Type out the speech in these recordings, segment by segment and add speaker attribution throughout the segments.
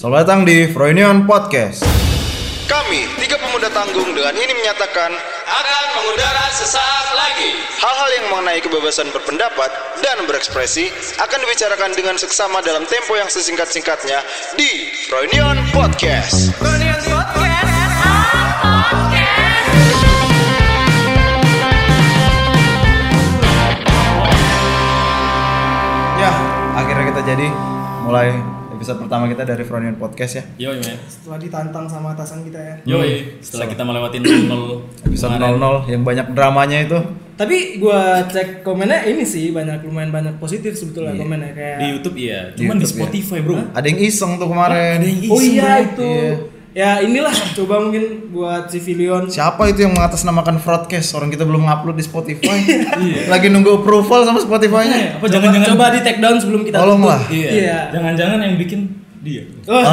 Speaker 1: Selamat datang di Froynion Podcast.
Speaker 2: Kami, tiga pemuda tanggung dengan ini menyatakan
Speaker 3: akan mengudara sesaat lagi.
Speaker 2: hal-hal yang mengenai kebebasan berpendapat dan berekspresi akan dibicarakan dengan seksama dalam tempo yang sesingkat-singkatnya di Froynion Podcast.
Speaker 1: Ya, akhirnya kita jadi mulai episode pertama kita dari Froynion Podcast ya.
Speaker 3: Yoi men.
Speaker 4: Setelah ditantang sama atasan kita ya.
Speaker 3: Yoi. Setelah kita melewati 00
Speaker 1: Episode
Speaker 3: kemarin.
Speaker 1: 00 yang banyak dramanya itu.
Speaker 4: Tapi gua cek komennya ini sih lumayan banyak positif sebetulnya komennya kayak.
Speaker 3: Di YouTube iya. Cuman di
Speaker 1: YouTube,
Speaker 3: Spotify bro.
Speaker 1: Ada yang iseng tuh kemarin.
Speaker 4: Oh iya
Speaker 3: bro.
Speaker 4: itu.
Speaker 1: Iya.
Speaker 4: Ya inilah coba mungkin buat Civilion.
Speaker 1: Siapa itu yang mengatasnamakan broadcast? Orang kita belum ngupload di Spotify. Lagi nunggu approval sama Spotify-nya.
Speaker 3: Apa jangan-jangan
Speaker 4: Coba di take down sebelum kita
Speaker 1: Tolonglah.
Speaker 4: tutup.
Speaker 3: Iya.
Speaker 4: Iya.
Speaker 3: Jangan-jangan yang bikin dia.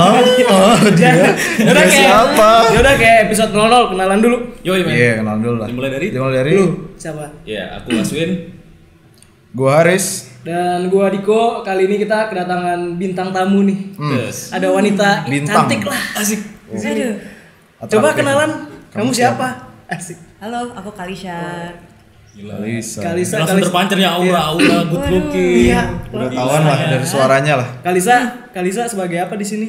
Speaker 1: Dia.
Speaker 4: Yaudah kayak
Speaker 1: Siapa?
Speaker 4: Yaudah kayak episode 00 kenalan dulu.
Speaker 3: Yoi men.
Speaker 1: Iya, kenal dulu lah.
Speaker 3: Dimulai dari?
Speaker 1: Dimulai dari
Speaker 4: Lu siapa?
Speaker 3: Iya, aku Aswin.
Speaker 1: gua Haris.
Speaker 4: Dan gua Diko. Kali ini kita kedatangan bintang tamu nih.
Speaker 3: Terus.
Speaker 4: Ada wanita
Speaker 1: Bintang.
Speaker 4: cantik lah.
Speaker 3: Asik.
Speaker 5: Aduh.
Speaker 4: Coba
Speaker 1: Atraktif.
Speaker 4: kenalan.
Speaker 1: Kamu
Speaker 4: Kamu siapa? Asik.
Speaker 5: Halo, aku Kalisha.
Speaker 3: Gila.
Speaker 4: Kalisa,
Speaker 3: Langsung terpancar ya aura good looking.
Speaker 4: Iya.
Speaker 1: Udah tahuan lah dari suaranya lah.
Speaker 4: Kalisa sebagai apa di sini?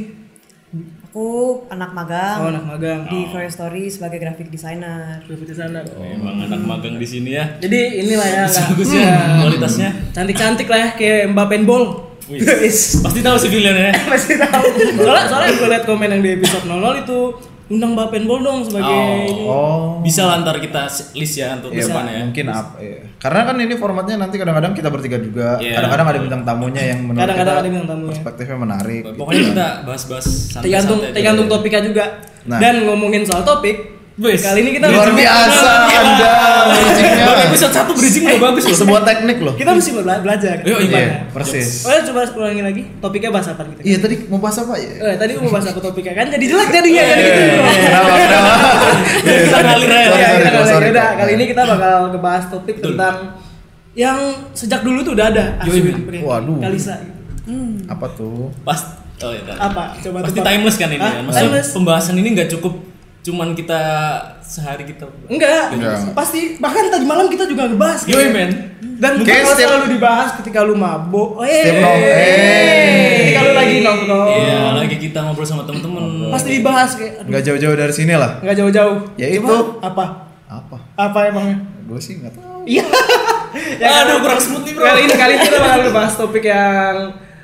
Speaker 5: Aku anak magang
Speaker 4: Oh, anak magang
Speaker 5: di Foreign Story sebagai graphic designer.
Speaker 4: di sana.
Speaker 3: Memang anak magang di sini ya.
Speaker 4: Jadi inilah ya,
Speaker 3: Bagus ya kualitasnya.
Speaker 4: cantik-cantik lah ya kayak Mbak Penbol.
Speaker 3: Wih. Pasti tahu sih pilihannya.
Speaker 4: Masih tahu. Soalnya gue liat komen yang di episode 00 itu undang Mbak Penbol dong sebagai ini.
Speaker 1: Oh.
Speaker 3: Bisa lah ntar kita list ya untuk
Speaker 1: Iya,
Speaker 3: depan ya.
Speaker 1: mungkin apa ya. Karena kan ini formatnya nanti kadang-kadang kita bertiga juga.
Speaker 3: Iya.
Speaker 1: Kadang-kadang ada bintang tamunya yang menurut
Speaker 4: Kadang-kadang
Speaker 1: kita
Speaker 4: ada bintang tamunya.
Speaker 1: perspektifnya menarik.
Speaker 3: Pokoknya kita bahas-bahas santai-santai.
Speaker 4: Tergantung topiknya juga.
Speaker 1: Nah.
Speaker 4: Dan ngomongin soal topik,
Speaker 3: Wes.
Speaker 4: kali ini kita
Speaker 1: Luar biasa Anda bridging-nya.
Speaker 3: Baru episode 1 bridging udah bagus loh.
Speaker 1: Sebuah teknik loh.
Speaker 4: kita mesti belajar.
Speaker 3: Iya,
Speaker 4: Gimana?
Speaker 1: Iya, persis.
Speaker 4: Oh ya, coba ulangi lagi. Topiknya bahas apa kita?
Speaker 1: Iya, tadi mau bahas apa ya?
Speaker 4: Tadi gue mau bahas aku topiknya kan jadi jelek jadinya jadi gitu.
Speaker 1: Kenapa?
Speaker 3: Kita ngalir aja.
Speaker 4: Iya, kita
Speaker 1: sorry,
Speaker 4: ngalir.
Speaker 1: sorry.
Speaker 4: Yaudah, kali ini kita bakal ngebahas topik tentang yang sejak dulu tuh udah ada.
Speaker 3: Yoi,
Speaker 4: Asli.
Speaker 1: Waduh.
Speaker 4: Kalisa.
Speaker 1: Apa tuh?
Speaker 3: Pas oh ya.
Speaker 4: Apa? Coba
Speaker 3: Pasti
Speaker 4: tebak.
Speaker 3: timeless kan ini
Speaker 4: Hah?
Speaker 3: kan. Maksudnya
Speaker 4: Timeless.
Speaker 3: pembahasan ini enggak cukup cuman kita sehari kita.
Speaker 4: Enggak.
Speaker 1: Enggak.
Speaker 4: Pasti bahkan tadi malam kita juga ngebahas.
Speaker 3: Yoi
Speaker 4: gitu.
Speaker 3: men.
Speaker 4: Dan
Speaker 1: Kayak
Speaker 4: bakal
Speaker 1: setiap-
Speaker 4: selalu dibahas ketika lu mabok.
Speaker 1: Setiap
Speaker 4: Ketika lu lagi nongkrong.
Speaker 3: Iya, lagi kita ngobrol sama temen-temen.
Speaker 4: Pasti dibahas kayak aduh,
Speaker 1: Enggak jauh-jauh dari sini lah.
Speaker 4: nggak jauh-jauh.
Speaker 1: Ya
Speaker 4: Coba,
Speaker 1: itu.
Speaker 4: apa?
Speaker 1: Apa?
Speaker 4: Apa emangnya?
Speaker 1: Gue sih enggak tahu.
Speaker 4: Iya.
Speaker 3: Aduh, kurang smooth nih, bro.
Speaker 4: Kali ini kita bakal ngebahas topik yang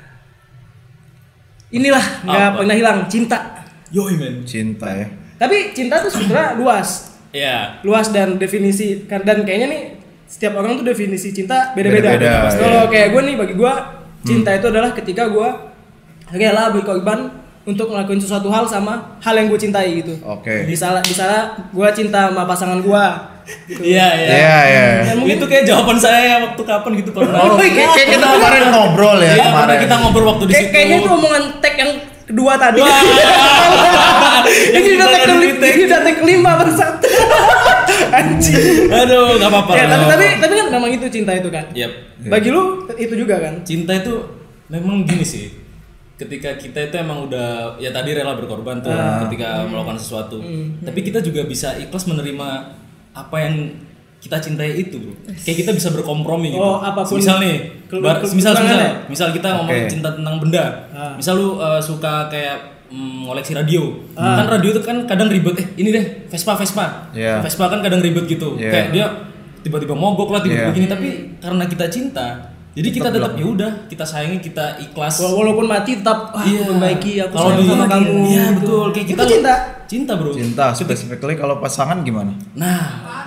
Speaker 4: inilah nggak
Speaker 3: Apa?
Speaker 4: pernah hilang, cinta.
Speaker 3: Yoi men.
Speaker 1: Cinta ya.
Speaker 4: Tapi cinta tuh sebenarnya luas,
Speaker 3: Iya.
Speaker 4: luas dan definisi kan, dan kayaknya nih setiap orang tuh definisi cinta beda-beda.
Speaker 1: Beda-beda,
Speaker 4: Kalau
Speaker 1: iya.
Speaker 4: kayak gue nih, bagi gue cinta itu adalah ketika gue rela berkorban untuk ngelakuin sesuatu hal sama hal yang gue cintai gitu.
Speaker 1: Oke.
Speaker 4: Misalnya gue cinta sama pasangan gue.
Speaker 3: Iya, iya.
Speaker 1: Iya, iya.
Speaker 4: Dan mungkin
Speaker 3: Itu kayak jawaban saya waktu kapan gitu pernah.
Speaker 1: Oh, kayak kita kemarin ngobrol ya
Speaker 3: Iya, pernah
Speaker 1: kemarin.
Speaker 3: kita ngobrol waktu di situ.
Speaker 4: kayaknya itu omongan tag yang kedua tadi.
Speaker 3: Wah.
Speaker 4: Ini udah tag ini udah tag kelima bangsat. Anjing.
Speaker 3: Aduh, enggak apa-apa.
Speaker 4: Ya,
Speaker 3: nggak
Speaker 4: tapi
Speaker 3: apa-apa.
Speaker 4: kan memang itu cinta itu kan.
Speaker 3: Yap.
Speaker 4: Bagi lu itu juga kan?
Speaker 3: Cinta itu memang gini sih. Ketika kita itu emang udah ya tadi rela berkorban tuh ketika melakukan sesuatu. Tapi kita juga bisa ikhlas menerima apa yang kita cintai itu, bro. Kayak kita bisa berkompromi gitu.
Speaker 4: Oh, apapun
Speaker 3: Misal nih, misal kita ngomongin
Speaker 1: Oke.
Speaker 3: cinta tentang benda. Misal lu suka kayak ngoleksi radio. Kan radio itu kan kadang ribet. Ini deh, Vespa.
Speaker 1: Iya.
Speaker 3: Vespa kan kadang ribet gitu.
Speaker 1: Iya.
Speaker 3: Kayak dia tiba-tiba mogok lah, tiba-tiba
Speaker 1: Iya.
Speaker 3: begini. Tapi karena kita cinta, jadi kita tetap ya udah, kita sayangi, kita ikhlas.
Speaker 4: Walaupun mati tetap
Speaker 3: Iya.
Speaker 4: membaiki aku
Speaker 3: Kalau
Speaker 4: sayang
Speaker 3: di
Speaker 4: sama kamu.
Speaker 3: Iya
Speaker 4: gitu.
Speaker 3: betul, kayak kita
Speaker 4: Itu cinta.
Speaker 3: Cinta, bro.
Speaker 1: Cinta, specifically kalau pasangan gimana?
Speaker 3: Nah.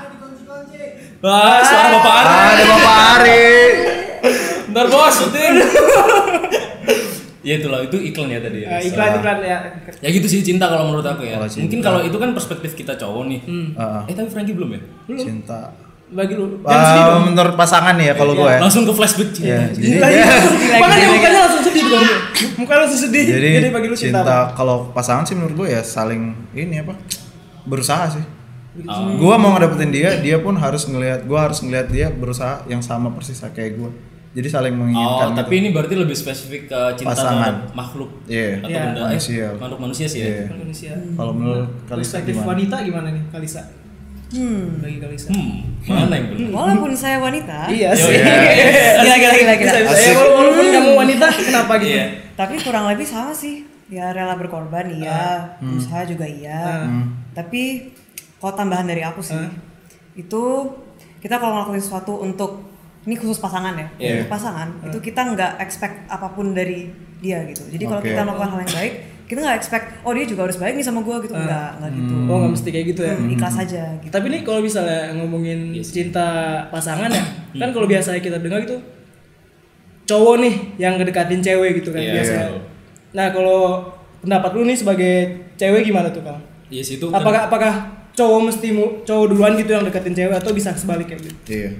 Speaker 3: Wah, suara Bapak Ari.
Speaker 1: Ada Bapak Ari.
Speaker 3: Ntar bos, syuting. Ya itulah, itu iklan ya tadi ya.
Speaker 4: Iklan ya.
Speaker 3: Ya gitu sih cinta kalau menurut aku ya.
Speaker 1: Kalau cinta.
Speaker 3: Mungkin kalau itu kan perspektif kita cowok nih.
Speaker 1: Heeh.
Speaker 3: Tapi Frankie belum ya?
Speaker 1: Cinta.
Speaker 4: Bagi lu. Jangan sedih dong.
Speaker 1: Menurut pasangan nih ya kalau gue ya.
Speaker 3: Langsung ke flashback
Speaker 1: Ya,
Speaker 3: cinta.
Speaker 1: jadi
Speaker 4: Makanya mukanya langsung sedih tuh. Muka langsung sedih.
Speaker 1: jadi
Speaker 4: bagi lu cinta.
Speaker 1: cinta kalau pasangan sih menurut gue ya saling ini apa? Berusaha sih.
Speaker 3: Oh.
Speaker 1: Gua mau ngedapetin dia, dia pun harus ngelihat, gua harus ngelihat dia berusaha yang sama persis kayak gue. Jadi saling menginginkan.
Speaker 3: tapi ini berarti lebih spesifik ke cinta
Speaker 1: Pasangan.
Speaker 3: terhadap makhluk
Speaker 1: Iya.
Speaker 3: atau
Speaker 4: Iya.
Speaker 3: benda
Speaker 1: Manusia.
Speaker 3: makhluk manusia sih
Speaker 1: Iya.
Speaker 3: ya.
Speaker 4: Manusia.
Speaker 1: Kalau menurut Kalisa
Speaker 4: Perspektif
Speaker 1: gimana?
Speaker 4: wanita gimana nih Kalisa? Bagi Kalisa.
Speaker 3: Mana yang benar?
Speaker 5: Walaupun saya wanita,
Speaker 4: Iya
Speaker 3: Yo,
Speaker 4: sih.
Speaker 3: iya.
Speaker 5: Gila.
Speaker 4: Bisa.
Speaker 1: Asik.
Speaker 4: Walaupun kamu wanita kenapa gitu?
Speaker 3: Iya.
Speaker 5: Tapi kurang lebih sama sih. Ya rela berkorban iya, usaha juga iya. Tapi kalau tambahan dari aku sih, itu kita kalau ngelakuin sesuatu untuk ini khusus pasangan ya,
Speaker 3: Iya.
Speaker 5: untuk pasangan itu kita nggak expect apapun dari dia gitu. Jadi kalau
Speaker 1: Oke.
Speaker 5: kita melakukan hal yang baik, kita nggak expect oh dia juga harus baik nih sama gue gitu, nggak gitu.
Speaker 4: Oh nggak mesti kayak gitu ya.
Speaker 5: Ikhlas aja gitu.
Speaker 4: Tapi nih kalau misalnya ngomongin cinta pasangan ya, kan kalau biasanya kita dengar gitu cowok nih yang ngedekatin cewek gitu kan
Speaker 3: Iya.
Speaker 4: biasanya. Nah kalau pendapat lu nih sebagai cewek gimana tuh Kang?
Speaker 3: Iya sih itu.
Speaker 4: Apakah cowok cowok duluan gitu yang deketin cewek atau bisa sebaliknya gitu?
Speaker 1: Iya.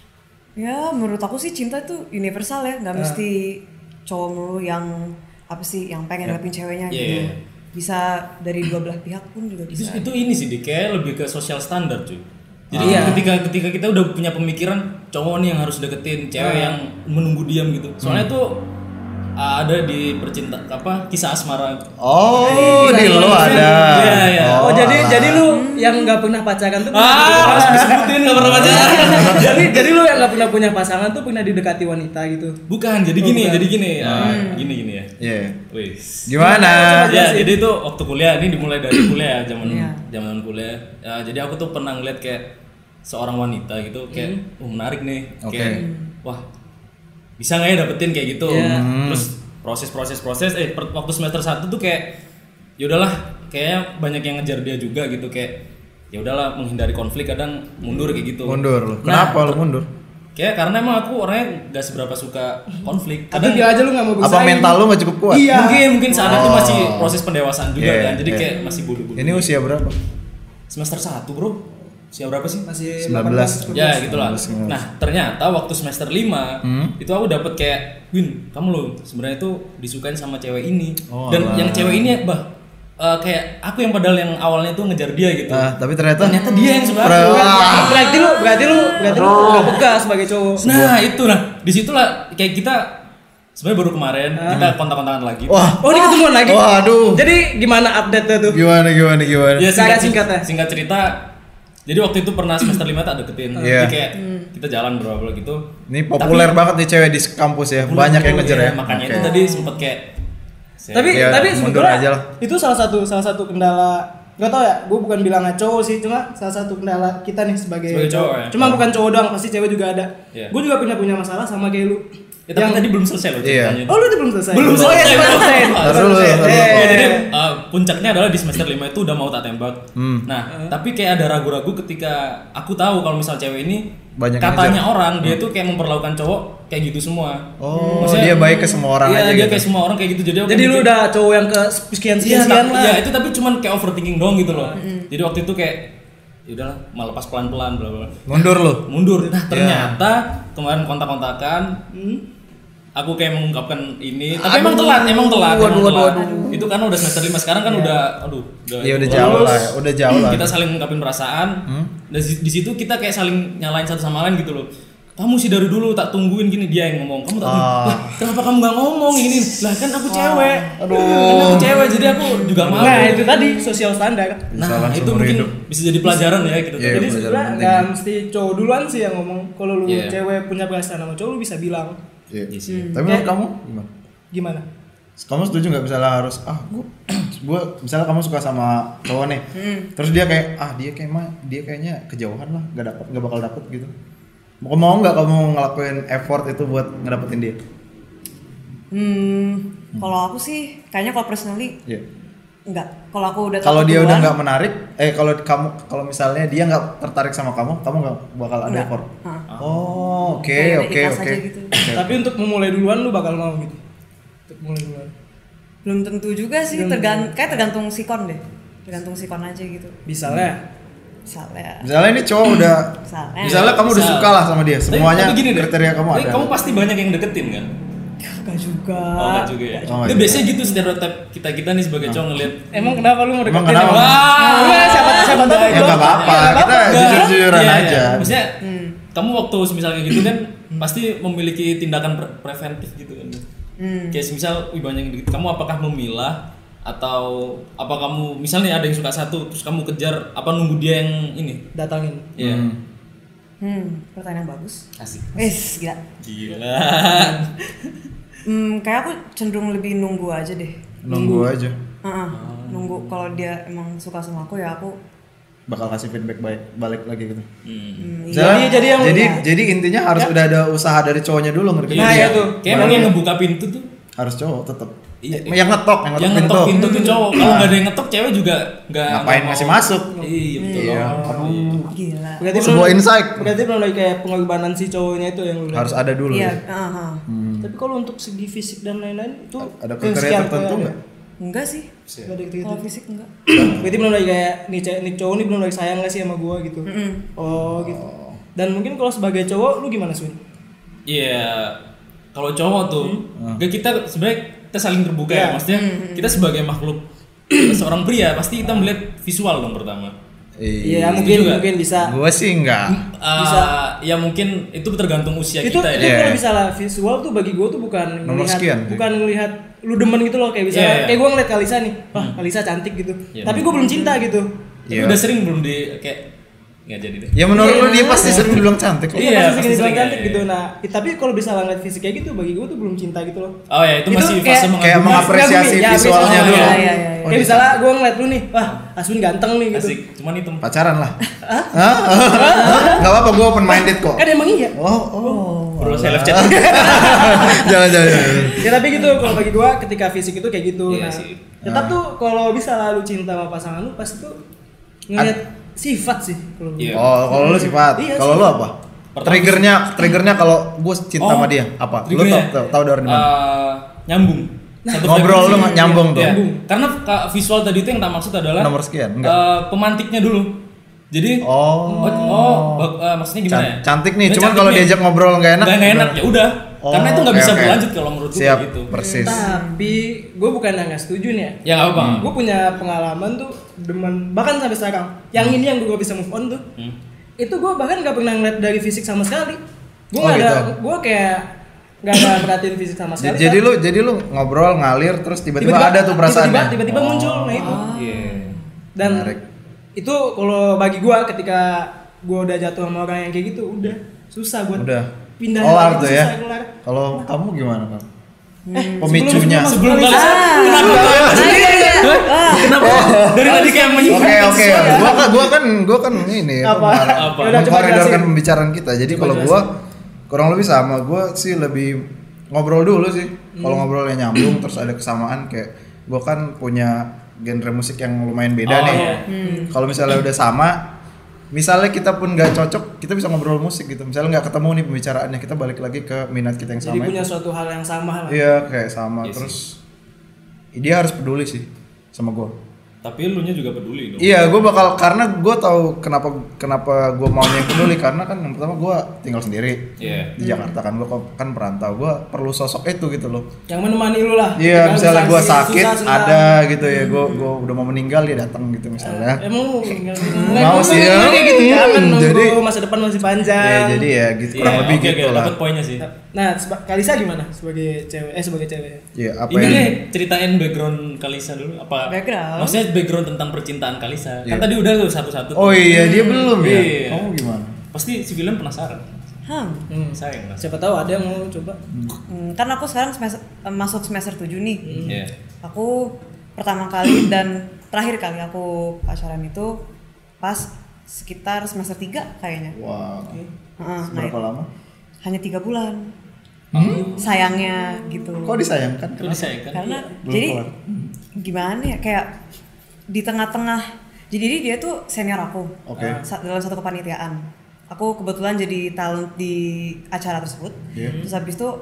Speaker 5: Ya menurut aku sih cinta itu universal ya, nggak mesti cowok mulu yang apa sih yang pengen dapetin ceweknya
Speaker 3: Iya,
Speaker 5: gitu.
Speaker 3: iya.
Speaker 5: Bisa dari dua belah pihak pun juga bisa.
Speaker 3: itu ini sih Dik, kayak lebih ke sosial standar cuy. Jadi
Speaker 4: Iya.
Speaker 3: ketika kita udah punya pemikiran cowok nih yang harus deketin cewek yang menunggu diam gitu. Soalnya tuh ada di kisah asmara.
Speaker 1: Oh, di lo ada.
Speaker 3: Iya, iya.
Speaker 4: Oh, jadi lu yang nggak pernah pacaran tuh
Speaker 3: Harus disebutin nggak pernah pacaran.
Speaker 4: jadi lu yang nggak pernah punya pasangan tuh pernah didekati wanita gitu.
Speaker 3: Bukan, jadi gini gini ya.
Speaker 1: Iya.
Speaker 3: Wis.
Speaker 1: Gimana?
Speaker 3: Ya, jadi itu waktu kuliah, ini dimulai dari kuliah zaman
Speaker 5: Iya.
Speaker 3: zaman kuliah. Ya, jadi aku tuh pernah ngeliat kayak seorang wanita gitu kayak menarik nih.
Speaker 1: Oke.
Speaker 3: Kayak wah, bisa nggak ya dapetin kayak gitu. Terus proses waktu semester 1 tuh kayak ya udahlah, kayaknya banyak yang ngejar dia juga gitu kayak ya udahlah menghindari konflik kadang mundur kayak gitu.
Speaker 1: Mundur lo.
Speaker 3: Nah,
Speaker 1: Kenapa lo mundur?
Speaker 3: Kayak karena emang aku orangnya gak seberapa suka konflik.
Speaker 4: Atau dia aja lu nggak mau
Speaker 1: Apa
Speaker 4: berusaha.
Speaker 1: mental lo gak cukup kuat?
Speaker 4: Iya.
Speaker 3: Mungkin saat itu masih proses pendewasaan juga
Speaker 1: Iya,
Speaker 3: kan. Jadi
Speaker 1: iya.
Speaker 3: kayak masih bodoh-bodoh.
Speaker 1: Ini usia berapa?
Speaker 3: Semester 1, Bro. Usia berapa sih?
Speaker 4: Masih
Speaker 1: 19.
Speaker 3: Ya gitulah.
Speaker 1: 19.
Speaker 3: Nah ternyata waktu semester 5 itu aku dapet kayak Win, kamu loh sebenarnya tuh disukain sama cewek ini.
Speaker 1: Oh,
Speaker 3: Dan
Speaker 1: alah.
Speaker 3: yang cewek ini kayak aku yang padahal yang awalnya tuh ngejar dia gitu.
Speaker 1: Tapi ternyata
Speaker 3: Dia yang suka aku.
Speaker 4: Berarti lu nggak peka sebagai cowok.
Speaker 3: Nah itu disitulah kayak kita sebenarnya baru kemarin kita kontak-kontakan lagi.
Speaker 1: Wah.
Speaker 4: Oh ini ketemuan lagi.
Speaker 1: Waduh.
Speaker 4: Jadi gimana update-nya tuh?
Speaker 1: Gimana?
Speaker 3: Ya,
Speaker 4: Singkatnya.
Speaker 3: singkat cerita. Jadi waktu itu pernah semester 5 tak deketin.
Speaker 1: Iya.
Speaker 3: Jadi kayak kita jalan berapa gitu.
Speaker 1: Ini populer banget nih cewek di kampus ya. Banyak yang ngejar ya.
Speaker 3: Makanya
Speaker 1: Oke.
Speaker 3: itu tadi sempet kayak
Speaker 4: Tapi
Speaker 1: Ya, mundur
Speaker 4: sebetulnya
Speaker 1: aja lah.
Speaker 4: itu salah satu kendala. Gak tau ya, gue bukan bilangnya cowok sih, cuma salah satu kendala kita nih sebagai
Speaker 3: cowok ya.
Speaker 4: Cuma bukan cowok doang, pasti cewek juga ada.
Speaker 3: Iya.
Speaker 4: Gue juga punya masalah sama kayak lu.
Speaker 3: ya, tapi tadi belum selesai loh
Speaker 1: Iya.
Speaker 3: ceritanya.
Speaker 4: Oh lu itu belum selesai?
Speaker 3: Belum
Speaker 4: Oh iya,
Speaker 3: selesai.
Speaker 4: belum selesai.
Speaker 1: Taruh dulu,
Speaker 4: Belum selesai.
Speaker 1: taruh dulu.
Speaker 3: Ya, jadi
Speaker 4: Eh.
Speaker 3: puncaknya adalah di semester 5 itu udah mau tak tembak. Nah, tapi kayak ada ragu-ragu ketika aku tahu kalau misal cewek ini
Speaker 1: Banyak yang
Speaker 3: katanya orang dia tuh kayak memperlakukan cowok kayak gitu semua.
Speaker 1: Oh, dia baik ke semua orang
Speaker 3: iya,
Speaker 1: aja
Speaker 3: dia
Speaker 1: gitu.
Speaker 3: kayak semua orang kayak gitu. Jadi aku
Speaker 4: Jadi lu
Speaker 3: mikir,
Speaker 4: udah cowok yang ke sekian
Speaker 3: iya,
Speaker 4: lah.
Speaker 3: iya, itu tapi cuman kayak overthinking doang gitu loh. Jadi waktu itu kayak ya udahlah, malah lepas pelan-pelan bla bla.
Speaker 1: Mundur lo.
Speaker 3: Mundur. Nah, ternyata kemarin kontak-kontakan aku kayak mengungkapkan ini, tapi emang telat. Itu kan udah semester 5, sekarang kan udah
Speaker 1: Ya udah jauh lah, udah jauh lah.
Speaker 3: kita saling ngungkapin perasaan. Dan di situ kita kayak saling nyalain satu sama lain gitu loh. Kamu sih dari dulu tak tungguin gini, dia yang ngomong. Kamu tak tungguin. Lah, kenapa kamu nggak ngomong ini? Lah kan aku cewek. Kan aku cewek jadi aku juga mau.
Speaker 4: Nah itu tadi sosial standar.
Speaker 3: Nah,
Speaker 1: Kesalahan
Speaker 3: itu
Speaker 1: seumur
Speaker 3: mungkin
Speaker 1: hidup.
Speaker 3: bisa jadi pelajaran ya gitu.
Speaker 1: Iya,
Speaker 4: Jadi
Speaker 1: pelajaran
Speaker 4: sebenarnya
Speaker 1: penting.
Speaker 4: nggak mesti cowok duluan sih yang ngomong. Kalau lu
Speaker 3: Iya.
Speaker 4: cewek punya perasaan sama cowok, lu bisa bilang
Speaker 1: Iya.
Speaker 3: Iya sih.
Speaker 1: Tapi menurut kamu gimana?
Speaker 4: gimana?
Speaker 1: Kamu setuju nggak misalnya harus gue misalnya kamu suka sama cowok nih, terus dia kayak dia kayaknya kejauhan lah, nggak bakal dapet gitu. Mau nggak kamu ngelakuin effort itu buat ngedapetin dia?
Speaker 5: Kalau aku sih kayaknya kalau personally
Speaker 1: Iya.
Speaker 5: enggak. Kalau aku udah
Speaker 1: Kalau
Speaker 5: takut
Speaker 1: dia udah
Speaker 5: duluan,
Speaker 1: nggak menarik, kalau misalnya dia nggak tertarik sama kamu nggak bakal ada
Speaker 5: Enggak.
Speaker 1: effort.
Speaker 5: Hah.
Speaker 1: Oh, oke
Speaker 5: Kayak udah
Speaker 1: oke
Speaker 5: ikhlas
Speaker 1: oke.
Speaker 5: aja gitu.
Speaker 1: Oke.
Speaker 4: Tapi untuk memulai duluan lu bakal mau gitu. Untuk mulai duluan.
Speaker 5: belum tentu juga sih, tergantung sikon deh. Tergantung sikon aja gitu.
Speaker 4: Misalnya
Speaker 5: Misalnya
Speaker 1: Misalnya ini cowok udah, misalnya kamu udah
Speaker 3: Misal.
Speaker 1: suka lah sama dia, semuanya
Speaker 3: Tapi gini deh,
Speaker 1: kriteria kamu
Speaker 3: tapi
Speaker 1: ada.
Speaker 3: kamu pasti banyak yang deketin kan?
Speaker 5: enggak juga.
Speaker 3: Oh, enggak juga ya.
Speaker 1: Oh,
Speaker 3: Itu
Speaker 1: enggak
Speaker 3: biasanya gitu stereotip kita nih sebagai cowok ngeliat.
Speaker 4: emang kenapa lu mau
Speaker 1: Emang
Speaker 4: deketin?
Speaker 1: kenapa?
Speaker 4: Enggak, siapa tahu
Speaker 1: Ya nggak apa-apa, kita
Speaker 3: Enggak.
Speaker 1: jujur-jujuran
Speaker 3: Iya,
Speaker 1: aja.
Speaker 3: iya. Maksudnya kamu waktu misalnya gitu kan pasti memiliki tindakan preventif gitu kan. Kayak misal banyak gitu. Kamu apakah memilah atau apa kamu misalnya ada yang suka satu terus kamu kejar apa nunggu dia yang ini
Speaker 4: Datangin.
Speaker 3: Iya.
Speaker 5: Pertanyaan bagus.
Speaker 3: Asik.
Speaker 5: Gila.
Speaker 3: Gila.
Speaker 5: Kayak aku cenderung lebih nunggu aja deh.
Speaker 1: Nunggu aja.
Speaker 5: Nunggu kalau dia emang suka sama aku ya aku
Speaker 1: Bakal kasih feedback balik lagi gitu.
Speaker 5: iya.
Speaker 1: Jadi intinya harus udah ada usaha dari cowoknya dulu ngerti.
Speaker 4: Nah, ya tuh.
Speaker 3: Kayak emang yang ngebuka pintu tuh
Speaker 1: Harus cowok tetap.
Speaker 3: Iya.
Speaker 1: Yang ngetok
Speaker 3: pintu tuh cowok. Kalau nggak ada yang ngetok, cewek juga nggak.
Speaker 1: Ngapain ngasih masuk?
Speaker 3: Iya betul.
Speaker 1: Iya.
Speaker 5: gila.
Speaker 4: Berarti
Speaker 1: Sebuah insight.
Speaker 4: Berarti belum lagi kayak pengorbanan si cowoknya itu yang lu
Speaker 1: Harus ada dulu.
Speaker 5: Iya,
Speaker 1: Ya.
Speaker 4: Tapi kalau untuk segi fisik dan lain-lain itu
Speaker 1: Ada kriteria tertentu nggak?
Speaker 5: Enggak sih.
Speaker 4: Enggak ada gitu.
Speaker 5: Kalau fisik enggak.
Speaker 4: Berarti belum lagi kayak nih cowok nih belum lagi sayang gak sih sama gua gitu. Oh gitu. Dan mungkin kalau sebagai cowok lu gimana Swin?
Speaker 3: Iya. Kalau cowok tuh, kita sebenarnya kita saling terbuka ya. Maksudnya kita sebagai makhluk seorang pria pasti kita melihat visual dong pertama.
Speaker 4: Iya mungkin
Speaker 3: juga.
Speaker 4: mungkin bisa.
Speaker 1: Gua sih enggak.
Speaker 3: Bisa. Ya mungkin itu tergantung usia
Speaker 4: Itu
Speaker 3: kita ya.
Speaker 4: itu kalau misalnya visual tuh bagi gua tuh bukan
Speaker 1: Nomor
Speaker 4: ngelihat
Speaker 1: sekian.
Speaker 4: bukan ngelihat lu demen gitu loh kayak misalnya
Speaker 3: Iya.
Speaker 4: kayak gua ngeliat Kalisa nih. Wah, Kalisa cantik gitu.
Speaker 3: Iya.
Speaker 4: Tapi gua belum cinta gitu.
Speaker 3: Tapi udah sering belum di kayak nggak jadi deh.
Speaker 1: Ya menurut lu dia pasti sering dibilang cantik.
Speaker 3: Iya,
Speaker 4: Iya, pasti
Speaker 3: pasti
Speaker 4: sering
Speaker 3: sering,
Speaker 4: cantik
Speaker 3: iya.
Speaker 4: gitu. Nah, tapi kalau bisa ngeliat fisik kayak gitu bagi gua tuh belum cinta gitu loh.
Speaker 3: Oh ya itu masih
Speaker 4: kayak-
Speaker 3: fase
Speaker 1: Kayak
Speaker 3: mengagumi.
Speaker 1: mengapresiasi
Speaker 4: Ya,
Speaker 1: visualnya
Speaker 4: visual.
Speaker 1: dulu.
Speaker 5: Iya, iya, iya.
Speaker 4: Kayak misalnya gua ngeliat lu nih, wah Aswin ganteng nih gitu.
Speaker 3: Asik. Cuman hitam.
Speaker 1: Pacaran lah. Hah? Enggak apa-apa, gua open minded kok.
Speaker 4: Kan emang iya.
Speaker 1: Oh.
Speaker 3: Bro saya live chat.
Speaker 1: Jangan.
Speaker 4: Ya tapi gitu kalau bagi gua ketika fisik itu kayak gitu.
Speaker 3: Iya
Speaker 4: Nah,
Speaker 3: sih.
Speaker 4: tetap tuh kalau bisa lalu cinta sama pasangan lu pasti tuh ngeliat sifat sih kalau gua.
Speaker 3: Iya.
Speaker 1: Oh, kalau lu sifat.
Speaker 4: Iya,
Speaker 1: Kalau lu
Speaker 4: sifat.
Speaker 1: apa?
Speaker 3: Pertama
Speaker 1: Triggernya kalau gua cinta sama dia apa? Lu tahu dari mana?
Speaker 3: Nyambung. Satu
Speaker 1: Ngobrol lu
Speaker 3: frekuensi.
Speaker 1: nyambung tuh.
Speaker 3: Iya. Karena visual tadi itu yang tak maksud adalah
Speaker 1: Nomor sekian, enggak?
Speaker 3: pemantiknya dulu. Jadi maksudnya gimana ya?
Speaker 1: Cantik nih,
Speaker 3: Dia
Speaker 1: cuman
Speaker 3: cantik
Speaker 1: kalau
Speaker 3: nih.
Speaker 1: diajak ngobrol nggak enak.
Speaker 3: Nggak enak ya udah.
Speaker 1: Oh,
Speaker 3: Karena itu nggak bisa
Speaker 1: oke.
Speaker 3: berlanjut kalau menurut gue
Speaker 1: Siap,
Speaker 3: gitu.
Speaker 1: persis.
Speaker 4: Tapi gua bukan yang nggak setuju nih ya.
Speaker 3: Ya nggak apa.
Speaker 4: Gue punya pengalaman tuh demen bahkan sampai sekarang. Yang ini yang gue bisa move on tuh. Itu gue bahkan gak pernah ngeliat dari fisik sama sekali. Gue
Speaker 1: Oh,
Speaker 4: nggak ada,
Speaker 1: gitu.
Speaker 4: gue kayak nggak ada perhatiin fisik sama sekali.
Speaker 1: Jadi lu ngobrol ngalir terus tiba-tiba ada tuh perasaannya.
Speaker 4: Tiba-tiba muncul, nah itu.
Speaker 3: Iya.
Speaker 4: Dan
Speaker 1: Menarik.
Speaker 4: itu kalau bagi gue ketika gue udah jatuh sama orang yang kayak gitu, udah susah buat
Speaker 1: Udah.
Speaker 4: pindah.
Speaker 1: Kelar
Speaker 4: lagi,
Speaker 1: tuh ya.
Speaker 4: susah kelar.
Speaker 1: Kalau kamu gimana, Kang? Pemicunya.
Speaker 3: Sebelum kali
Speaker 4: Kalisa.
Speaker 3: kenapa dari tadi kayak menyimpang.
Speaker 1: Oke. Gua kan ini
Speaker 4: Apa?
Speaker 3: Apa?
Speaker 4: Udah, coba
Speaker 1: mengkoridorkan
Speaker 4: jelasin.
Speaker 1: pembicaraan kita. Jadi kalau gua kurang lebih sama, gua sih lebih ngobrol dulu sih. Kalau ngobrolnya nyambung terus ada kesamaan kayak gua kan punya genre musik yang lumayan beda
Speaker 3: Oh,
Speaker 1: nih.
Speaker 3: iya.
Speaker 1: Kalau misalnya udah sama, misalnya kita pun nggak cocok, kita bisa ngobrol musik gitu. Misalnya nggak ketemu nih pembicaraannya, kita balik lagi ke minat kita yang
Speaker 4: Jadi
Speaker 1: sama.
Speaker 4: punya
Speaker 1: itu.
Speaker 4: suatu hal yang sama lah.
Speaker 1: Iya, kayak sama.
Speaker 3: Iya
Speaker 1: Terus dia harus peduli sih sama gua.
Speaker 3: Tapi lu nya juga peduli dong.
Speaker 1: Iya, gue bakal karena gue tahu kenapa gue maunya yang peduli karena kan yang pertama gue tinggal sendiri
Speaker 3: Iya.
Speaker 1: di Jakarta kan gue kan perantau, gue perlu sosok itu gitu loh.
Speaker 4: Yang menemani lu lah.
Speaker 1: Iya,
Speaker 4: Ketika
Speaker 1: misalnya gue
Speaker 4: susah,
Speaker 1: sakit
Speaker 4: senang.
Speaker 1: ada gitu ya, gue udah mau meninggal dia datang gitu misalnya.
Speaker 4: Emang lu
Speaker 1: Mau sih ya.
Speaker 4: kayak gitu jangan
Speaker 1: Jadi-
Speaker 4: nunggu masa depan masih
Speaker 1: Ya
Speaker 4: panjang.
Speaker 1: jadi ya gitu kurang
Speaker 3: Iya,
Speaker 1: lebih
Speaker 3: oke,
Speaker 1: gitu
Speaker 3: oke,
Speaker 1: lah.
Speaker 3: dapat poinnya sih.
Speaker 4: Nah, Kalisa gimana sebagai cewek? Sebagai cewek.
Speaker 1: Iya, apa
Speaker 3: Ini
Speaker 1: yang
Speaker 3: deh ceritain background Kalisa dulu apa?
Speaker 5: Background?
Speaker 3: Maksudnya background tentang percintaan Kalisa.
Speaker 1: Iya.
Speaker 3: Kan tadi udah tuh satu-satu.
Speaker 1: Oh iya, dia belum ya.
Speaker 3: Iya.
Speaker 1: Kamu gimana?
Speaker 3: Pasti si William penasaran. Sayang lah.
Speaker 4: Siapa tahu ada yang mau coba.
Speaker 5: Kan aku sekarang masuk semester 7 nih.
Speaker 3: Iya.
Speaker 5: Aku pertama kali dan terakhir kali aku pacaran itu pas sekitar semester 3 kayaknya.
Speaker 1: Wah.
Speaker 5: Heeh,
Speaker 1: Berapa lama?
Speaker 5: hanya 3 bulan. Sayangnya gitu.
Speaker 1: Kok disayangkan?
Speaker 3: Itu disayangkan.
Speaker 5: Karena
Speaker 1: Belum
Speaker 5: jadi
Speaker 1: keluar.
Speaker 5: gimana ya kayak di tengah-tengah. Jadi dia tuh senior aku.
Speaker 1: Oke.
Speaker 5: Dalam satu kepanitiaan. Aku kebetulan jadi talent di acara tersebut.
Speaker 1: Iya.
Speaker 5: Terus habis itu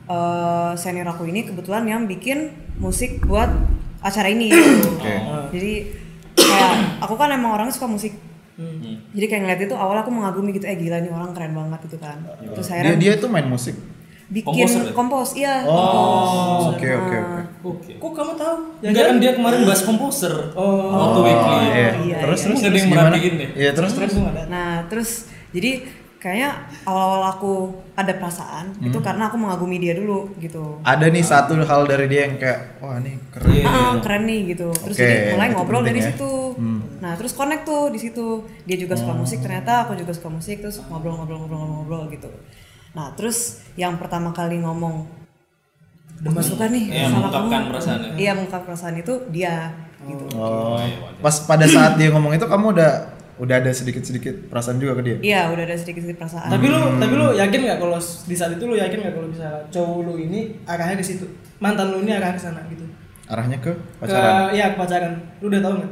Speaker 5: senior aku ini kebetulan yang bikin musik buat acara ini. Gitu.
Speaker 1: Oke.
Speaker 5: Jadi kayak aku kan emang orangnya suka musik. Jadi kayak ngeliat itu awal aku mengagumi gitu, gila nih orang keren banget gitu kan. Terus akhirnya
Speaker 1: Dia tuh main musik.
Speaker 5: bikin
Speaker 3: Komposer ya?
Speaker 5: kompos, iya.
Speaker 1: Oh, oke.
Speaker 3: Oke.
Speaker 4: Kok kamu tahu?
Speaker 3: Enggak kan dia kemarin bahas komposer. Waktu weekly.
Speaker 1: Iya.
Speaker 5: Iya,
Speaker 1: Terus
Speaker 3: Emang nggak ada yang
Speaker 1: gimana?
Speaker 3: merhatiin deh.
Speaker 1: Iya, terus.
Speaker 5: Nah terus jadi kayaknya awal-awal aku ada perasaan itu karena aku mengagumi dia dulu gitu.
Speaker 1: Ada nih satu hal dari dia yang kayak wah ini keren.
Speaker 5: Keren nih gitu. Terus
Speaker 1: Oke,
Speaker 5: jadi mulai
Speaker 1: itu
Speaker 5: ngobrol
Speaker 1: penting
Speaker 5: dari
Speaker 1: ya.
Speaker 5: situ. Nah terus connect tuh di situ. Dia juga suka musik ternyata, aku juga suka musik, terus ngobrol gitu. Nah terus yang pertama kali ngomong aku suka nih sama
Speaker 3: mengungkapkan
Speaker 5: kamu.
Speaker 3: perasaannya.
Speaker 5: Iya mengungkapkan perasaan itu dia gitu.
Speaker 1: Oh. Pas pada saat dia ngomong itu kamu udah ada sedikit perasaan juga ke dia.
Speaker 5: Iya udah ada sedikit perasaan.
Speaker 4: Tapi lu yakin nggak kalau di saat itu lu yakin nggak kalau misalnya cowok lu ini arahnya ke situ, mantan lu ini arah ke sana gitu?
Speaker 1: Arahnya ke pacaran.
Speaker 4: Iya, ke pacaran. Lu udah tahu nggak?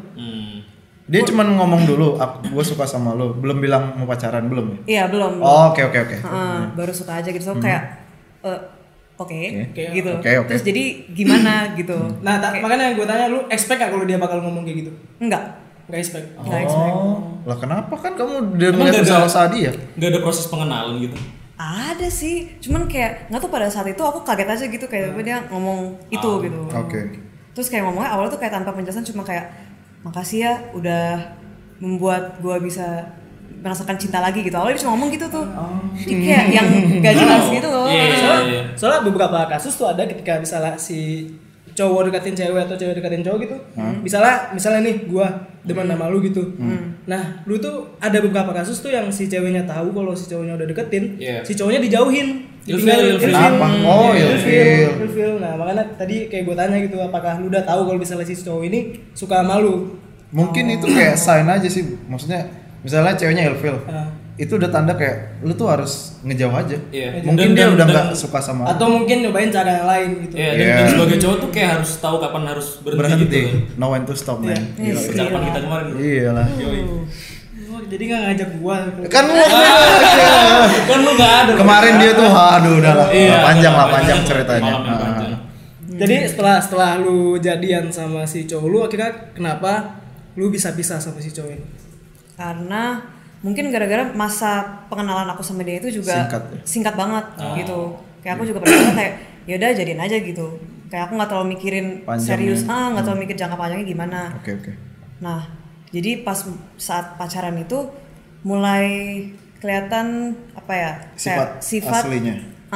Speaker 1: Dia cuman ngomong dulu, gue suka sama lo, belum bilang mau pacaran belum ya?
Speaker 5: Iya belum.
Speaker 1: Oh, oke.
Speaker 5: Baru suka aja gitu. So kayak oke, gitu.
Speaker 1: Oke.
Speaker 5: Terus jadi gimana gitu?
Speaker 4: Nah, makanya yang gue tanya, lu expect gak kalau dia bakal ngomong kayak gitu?
Speaker 5: Enggak.
Speaker 4: Gak expect.
Speaker 5: Nggak expect.
Speaker 1: Lah kenapa kan kamu udah
Speaker 3: Emang
Speaker 1: melihat
Speaker 3: nggak ada-
Speaker 1: usaha dia?
Speaker 3: Nggak ada proses pengenalan gitu.
Speaker 5: Ada sih, cuman kayak nggak tuh pada saat itu aku kaget aja gitu kayak dia ngomong itu gitu.
Speaker 1: Oke.
Speaker 5: Terus kayak ngomongnya awalnya tuh kayak tanpa penjelasan cuma kayak makasih ya udah membuat gua bisa merasakan cinta lagi gitu. Awalnya dia cuma ngomong gitu tuh. Jadi kayak yang gak jelas gitu loh.
Speaker 3: Iya.
Speaker 4: Soalnya beberapa kasus tuh ada ketika misalnya si cowok deketin cewek atau cewek deketin cowok gitu. Misalnya nih gua demen sama lu gitu. Nah, lu tuh ada beberapa kasus tuh yang si ceweknya tahu kalau si cowoknya udah deketin, si cowoknya dijauhin.
Speaker 3: Ilfil.
Speaker 1: Apa? Oh, ilfil.
Speaker 4: Ilfil. Nah, makanya tadi kayak gue tanya gitu, apakah lu udah tahu kalau misalnya si cowok ini suka sama lu?
Speaker 1: Mungkin itu kayak sign aja sih. Maksudnya misalnya ceweknya ilfil. Itu udah tanda kayak lu tuh harus ngejauh aja.
Speaker 3: Iya.
Speaker 1: Mungkin
Speaker 3: Dan-
Speaker 1: dia
Speaker 3: dan-
Speaker 1: udah
Speaker 3: dan-
Speaker 1: nggak suka sama lu.
Speaker 4: Atau mungkin nyobain cara yang lain gitu.
Speaker 3: Iya,
Speaker 1: Iya.
Speaker 3: dan sebagai cowok tuh kayak harus tahu kapan harus berhenti gitu.
Speaker 1: Know when to stop, man.
Speaker 5: Iya.
Speaker 3: Percakapan kita kemarin.
Speaker 1: Iya lah.
Speaker 4: Oh, jadi nggak ngajak gua.
Speaker 1: Kan lu
Speaker 3: Kan lu nggak ada.
Speaker 1: kemarin dia tuh aduh udah lah.
Speaker 3: Iya,
Speaker 1: panjang ceritanya.
Speaker 3: Malam yang panjang.
Speaker 4: Jadi setelah lu jadian sama si cowok lu, akhirnya kenapa lu bisa pisah sama si cowok ini?
Speaker 5: Karena mungkin gara-gara masa pengenalan aku sama dia itu juga
Speaker 1: Singkat ya?
Speaker 5: singkat banget gitu. Kayak aku juga pernah kayak ya udah jadiin aja gitu. Kayak aku nggak terlalu mikirin
Speaker 1: Panjangnya.
Speaker 5: serius, nggak terlalu mikir jangka panjangnya gimana.
Speaker 1: Oke.
Speaker 5: Nah, jadi pas saat pacaran itu mulai kelihatan apa ya? kayak
Speaker 1: Sifat aslinya.